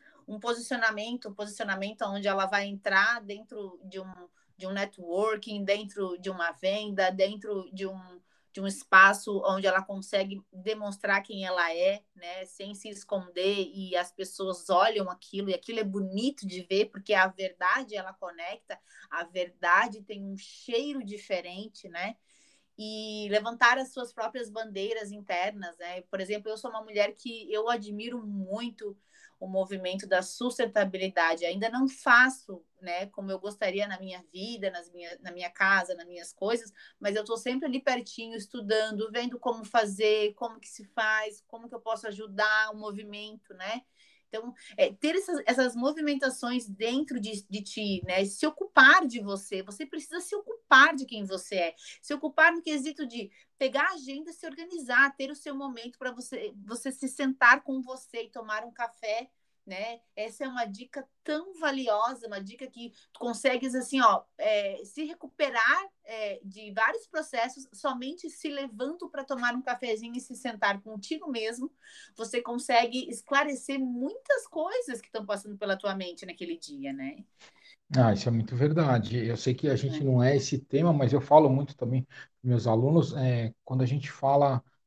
um posicionamento onde ela vai entrar dentro de um networking, dentro de uma venda, dentro de um espaço onde ela consegue demonstrar quem ela é, né, sem se esconder e as pessoas olham aquilo e aquilo é bonito de ver porque a verdade ela conecta, a verdade tem um cheiro diferente, né? E levantar as suas próprias bandeiras internas, né? Por exemplo, eu sou uma mulher que eu admiro muito o movimento da sustentabilidade. Ainda não faço, né, como eu gostaria na minha vida, na minha casa, nas minhas coisas, mas eu estou sempre ali pertinho, estudando, vendo como fazer, como que se faz, como que eu posso ajudar o movimento, né? Então, ter essas movimentações dentro de ti, né? Se ocupar de você, você precisa se ocupar de quem você é, se ocupar no quesito de pegar a agenda, se organizar, ter o seu momento para você se sentar com você e tomar um café, né? Essa é uma dica tão valiosa, uma dica que tu consegues assim, ó, se recuperar de vários processos somente se levando para tomar um cafezinho e se sentar contigo mesmo. Você consegue esclarecer muitas coisas que estão passando pela tua mente naquele dia, né? Ah, isso é muito verdade. Eu sei que a gente É. não é esse tema, mas eu falo muito também para meus alunos, quando a gente fala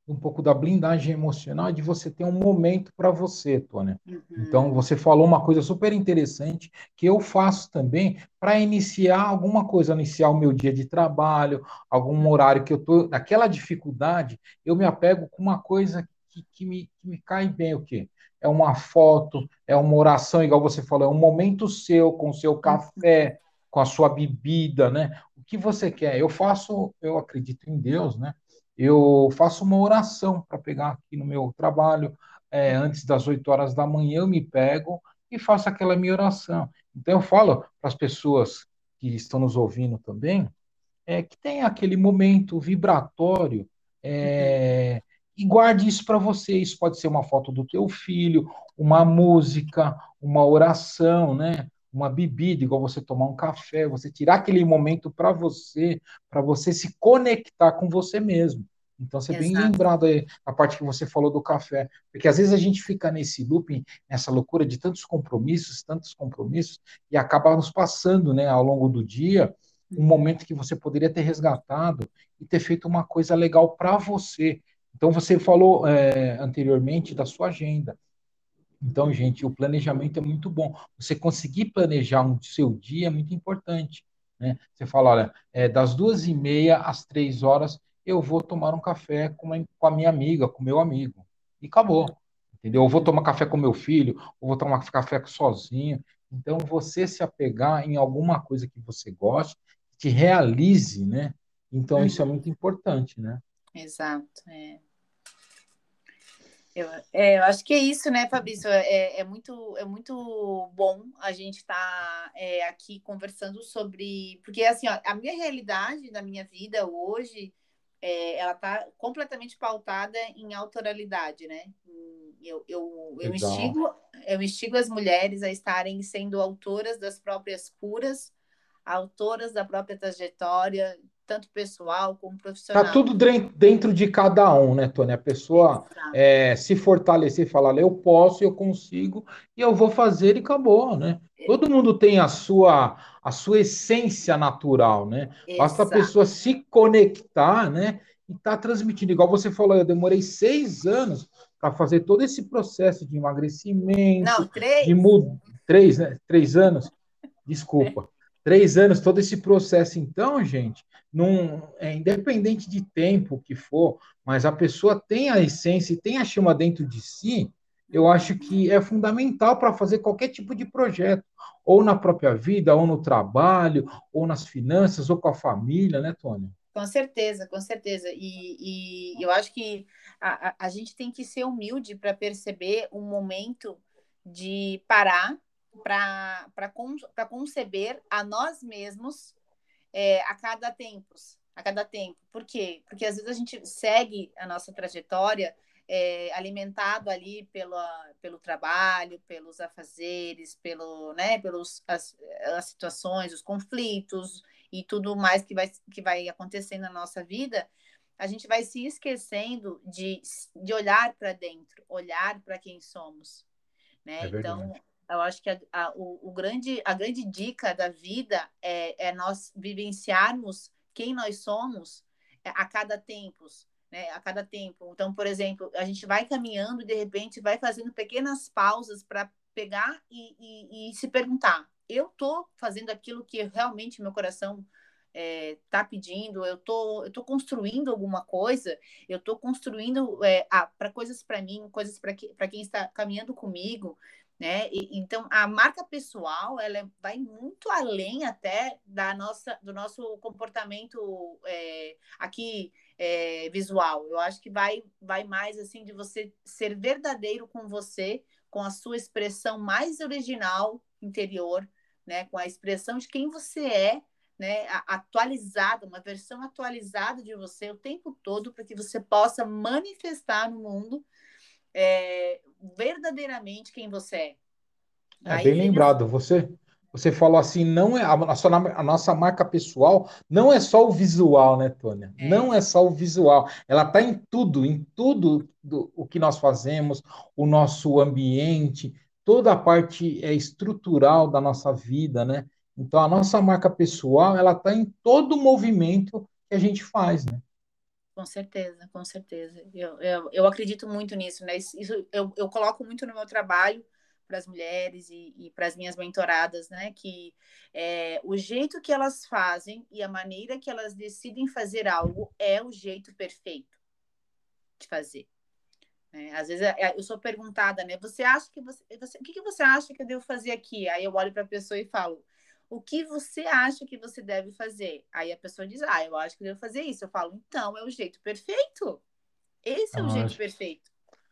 um pouco da blindagem emocional, de você ter um momento para você, Tônia. Então, Uhum. você falou uma coisa super interessante que eu faço também para iniciar alguma coisa, iniciar o meu dia de trabalho, algum horário que eu estou naquela dificuldade, eu me apego com uma coisa que me cai bem, o quê? É uma foto, é uma oração, igual você falou, é um momento seu, com o seu café, com a sua bebida, né? O que você quer? Eu faço, eu acredito em Deus, né? Eu faço uma oração para pegar aqui no meu trabalho, antes das 8 horas da manhã, eu me pego e faço aquela minha oração. Então, eu falo para as pessoas que estão nos ouvindo também, que tem aquele momento vibratório, Uhum. e guarde isso para você. Isso pode ser uma foto do teu filho, uma música, uma oração, né? Uma bebida, igual você tomar um café, você tirar aquele momento para você se conectar com você mesmo. Então, você é bem Exato. lembrado aí a parte que você falou do café, porque às vezes a gente fica nesse looping, nessa loucura de tantos compromissos, e acaba nos passando, né, ao longo do dia, um Uhum. momento que você poderia ter resgatado e ter feito uma coisa legal para você. Então, você falou anteriormente da sua agenda. Então, gente, o planejamento é muito bom. Você conseguir planejar o seu dia é muito importante, né? Você fala, olha, das 2h30 às 3 horas, eu vou tomar um café com a minha amiga, com o meu amigo. E acabou. Entendeu? Eu vou Uhum. tomar café com meu filho, ou vou tomar café sozinho. Então, você se apegar em alguma coisa que você goste, que realize, né? Então, isso é Uhum. muito importante, né? Exato. Eu acho que é isso, né, Fabrício? É muito bom a gente estar aqui conversando sobre. Porque, assim, ó, a minha realidade da minha vida hoje, ela está completamente pautada em autoralidade, né? Legal. Eu instigo as mulheres a estarem sendo autoras das próprias curas, autoras da própria trajetória, tanto pessoal como Tá profissional. tudo dentro de cada um, né, Tony? A pessoa Exato. se fortalecer e falar, eu posso, eu consigo, e eu vou fazer e acabou, né? Todo mundo tem a sua essência natural, né? Basta a Exato. pessoa se conectar, né? E tá transmitindo. Igual você falou, eu demorei 6 anos para fazer todo esse processo de Não, emagrecimento, de três. mudar. 3, né? 3 anos. Desculpa. 3 anos, todo esse processo, então, gente, não é independente de tempo que for, mas a pessoa tem a essência e tem a chama dentro de si, eu acho Uhum. que é fundamental para fazer qualquer tipo de projeto, ou na própria vida, ou no trabalho, ou nas finanças, ou com a família, né, Tônia? Com certeza, com certeza. E eu acho que a gente tem que ser humilde para perceber um momento de parar para conceber a nós mesmos a cada tempo. Por quê? Porque às vezes a gente segue a nossa trajetória alimentado ali pelo trabalho, pelos afazeres, as situações, os conflitos e tudo mais que vai acontecendo na nossa vida, a gente vai se esquecendo de olhar para dentro, olhar para quem somos, né? É Então, verdade. eu acho que a grande dica da vida é nós vivenciarmos quem nós somos a cada tempo, né? A cada tempo. Então, por exemplo, a gente vai caminhando e de repente vai fazendo pequenas pausas para pegar e se perguntar: eu estou fazendo aquilo que realmente meu coração está pedindo? Eu tô construindo alguma coisa? Eu estou construindo para coisas para mim, coisas para quem está caminhando comigo, né? Então a marca pessoal vai muito além até do nosso comportamento aqui visual. Eu acho que vai mais assim de você ser verdadeiro com você, com a sua expressão mais original interior, né? Com a expressão de quem você é, né, atualizada, uma versão atualizada de você o tempo todo, para que você possa manifestar no mundo verdadeiramente quem você é. Aí Bem vem as... lembrado. Você falou assim, não é a nossa marca pessoal não é só o visual, né, Tônia? Não é É, só o visual. Ela está em tudo o que nós fazemos, o nosso ambiente, toda a parte estrutural da nossa vida, né? Então, a nossa marca pessoal, ela está em todo o movimento que a gente faz, né? Com certeza, com certeza. Eu acredito muito nisso, né? Isso eu coloco muito no meu trabalho para as mulheres e para as minhas mentoradas, né? Que o jeito que elas fazem e a maneira que elas decidem fazer algo é o jeito perfeito de fazer. Né? Às vezes eu sou perguntada, né? Você acha que o que você acha que eu devo fazer aqui? Aí eu olho para a pessoa e falo, o que você acha que você deve fazer? Aí a pessoa diz, eu acho que eu devo fazer isso. Eu falo, então é o jeito perfeito. Esse é o jeito perfeito.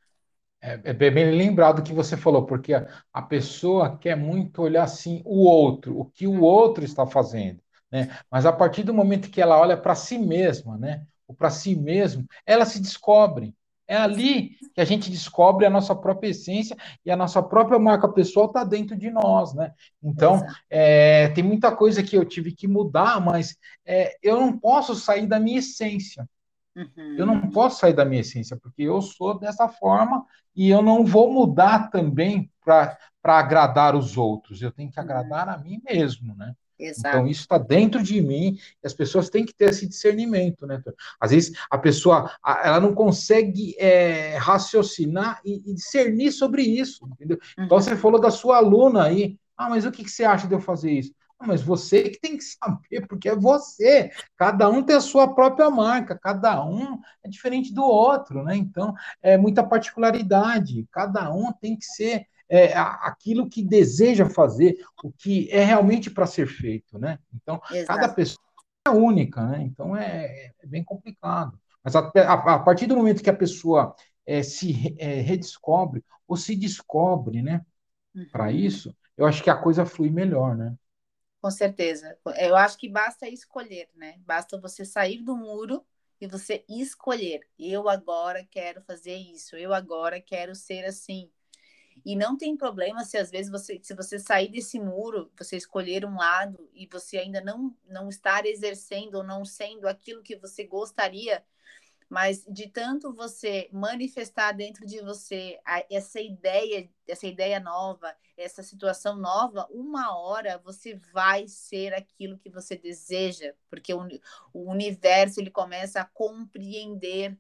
É bem lembrado o que você falou, porque a pessoa quer muito olhar assim o outro, o que o outro está fazendo, né? Mas a partir do momento que ela olha para si mesma, né? Ou para si mesmo, ela se descobre. É ali que a gente descobre a nossa própria essência e a nossa própria marca pessoal está dentro de nós, né? Então, Exato. tem muita coisa que eu tive que mudar, mas eu não posso sair da minha essência. Eu não posso sair da minha essência, porque eu sou dessa forma e eu não vou mudar também para agradar os outros. Eu tenho que agradar a mim mesmo, né? Então, Exato. isso está dentro de mim e as pessoas têm que ter esse discernimento, né? Às vezes, a pessoa ela não consegue raciocinar e discernir sobre isso, entendeu? Então, você falou da sua aluna aí. Mas o que você acha de eu fazer isso? Mas você que tem que saber, porque é você. Cada um tem a sua própria marca, cada um é diferente do outro, né? Então, é muita particularidade. Cada um tem que ser aquilo que deseja fazer, o que é realmente para ser feito, né? Então, cada Exato. pessoa é única, né? Então, é bem complicado. Mas a partir do momento que a pessoa se redescobre ou se descobre, né? Para isso, eu acho que a coisa flui melhor, né? Com certeza. Eu acho que basta escolher, né? Basta você sair do muro e você escolher. Eu agora quero fazer isso. Eu agora quero ser assim. E não tem problema se às vezes se você sair desse muro, você escolher um lado e você ainda não estar exercendo ou não sendo aquilo que você gostaria, mas de tanto você manifestar dentro de você essa ideia nova, essa situação nova, uma hora você vai ser aquilo que você deseja, porque o universo ele começa a compreender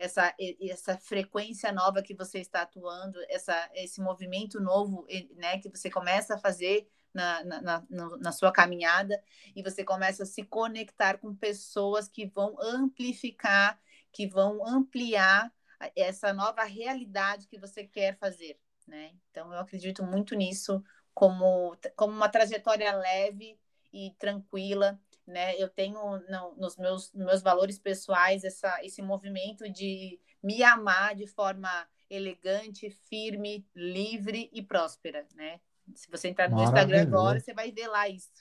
essa frequência nova que você está atuando, esse movimento novo, né, que você começa a fazer na sua caminhada, e você começa a se conectar com pessoas que vão amplificar, que vão ampliar essa nova realidade que você quer fazer, né? Então, eu acredito muito nisso como uma trajetória leve e tranquila, né? Eu tenho nos meus valores pessoais esse movimento de me amar de forma elegante, firme, livre e próspera, né? Se você entrar no meu Instagram agora, Maravilhoso. você vai ver lá isso.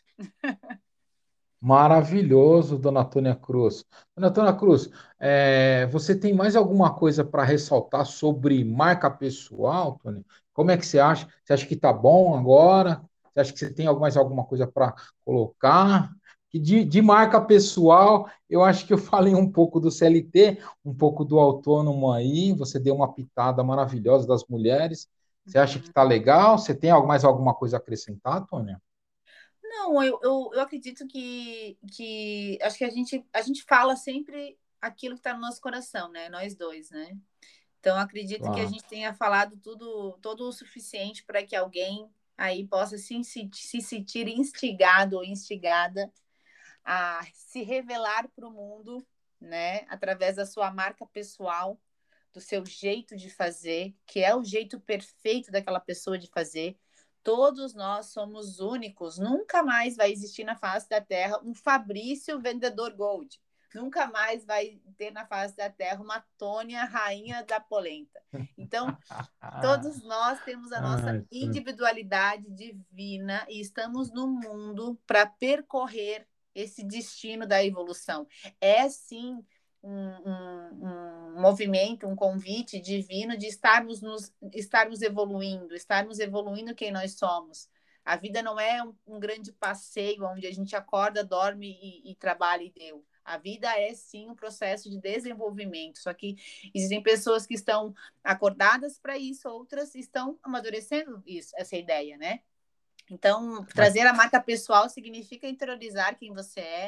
Maravilhoso, dona Tônia Cruz. Dona Tônia Cruz, você tem mais alguma coisa para ressaltar sobre marca pessoal, Tônia? Como é que você acha? Você acha que está bom agora? Você acha que você tem mais alguma coisa para colocar? Que de marca pessoal, eu acho que eu falei um pouco do CLT, um pouco do autônomo aí, você deu uma pitada maravilhosa das mulheres. Você acha que está legal? Você tem mais alguma coisa a acrescentar, Tônia? Não, eu acredito que acho que a gente fala sempre aquilo que está no nosso coração, né? Nós dois, né? Então, acredito que a Claro. gente tenha falado todo o suficiente para que alguém aí possa se sentir instigado ou instigada a se revelar para o mundo, né? Através da sua marca pessoal, do seu jeito de fazer, que é o jeito perfeito daquela pessoa de fazer. Todos nós somos únicos. Nunca mais vai existir na face da Terra um Fabrício vendedor gold. Nunca mais vai ter na face da Terra uma Tônia rainha da polenta. Então, todos nós temos a nossa Ai, individualidade divina e estamos no mundo para percorrer esse destino da evolução. É sim um movimento, um convite divino de estarmos evoluindo quem nós somos. A vida não é um grande passeio onde a gente acorda, dorme e trabalha e deu. A vida é sim um processo de desenvolvimento. Só que existem pessoas que estão acordadas para isso, outras estão amadurecendo essa ideia, né? Então, mas trazer a marca pessoal significa interiorizar quem você é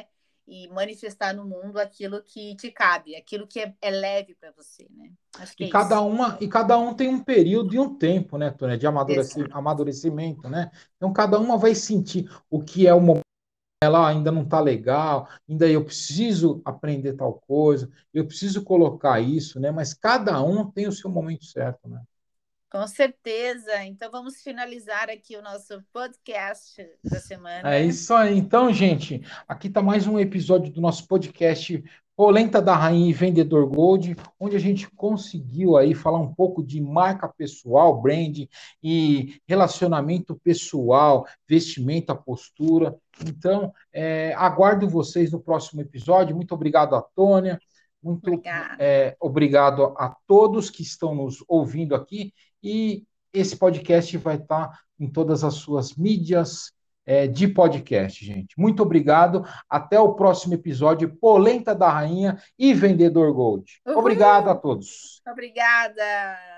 e manifestar no mundo aquilo que te cabe, aquilo que é leve para você, né? Acho que E é isso. cada um tem um período e um tempo, né, Tônia, de Exato. amadurecimento, né? Então cada uma vai sentir o que é o momento. Ela ainda não está legal, ainda eu preciso aprender tal coisa, eu preciso colocar isso, né? Mas cada um tem o seu momento certo, né? Com certeza. Então vamos finalizar aqui o nosso podcast da É semana. isso aí. Então, gente, aqui está mais um episódio do nosso podcast Polenta da Rainha e Vendedor Gold, onde a gente conseguiu aí falar um pouco de marca pessoal, brand e relacionamento pessoal, vestimenta, postura. Então, aguardo vocês no próximo episódio. Muito obrigado a Tônia, muito Obrigada. obrigado a todos que estão nos ouvindo aqui. E esse podcast vai estar em todas as suas mídias de podcast, gente. Muito obrigado. Até o próximo episódio. Polenta da Rainha e Vendedor Gold. Obrigado a Uhul! todos. Obrigada.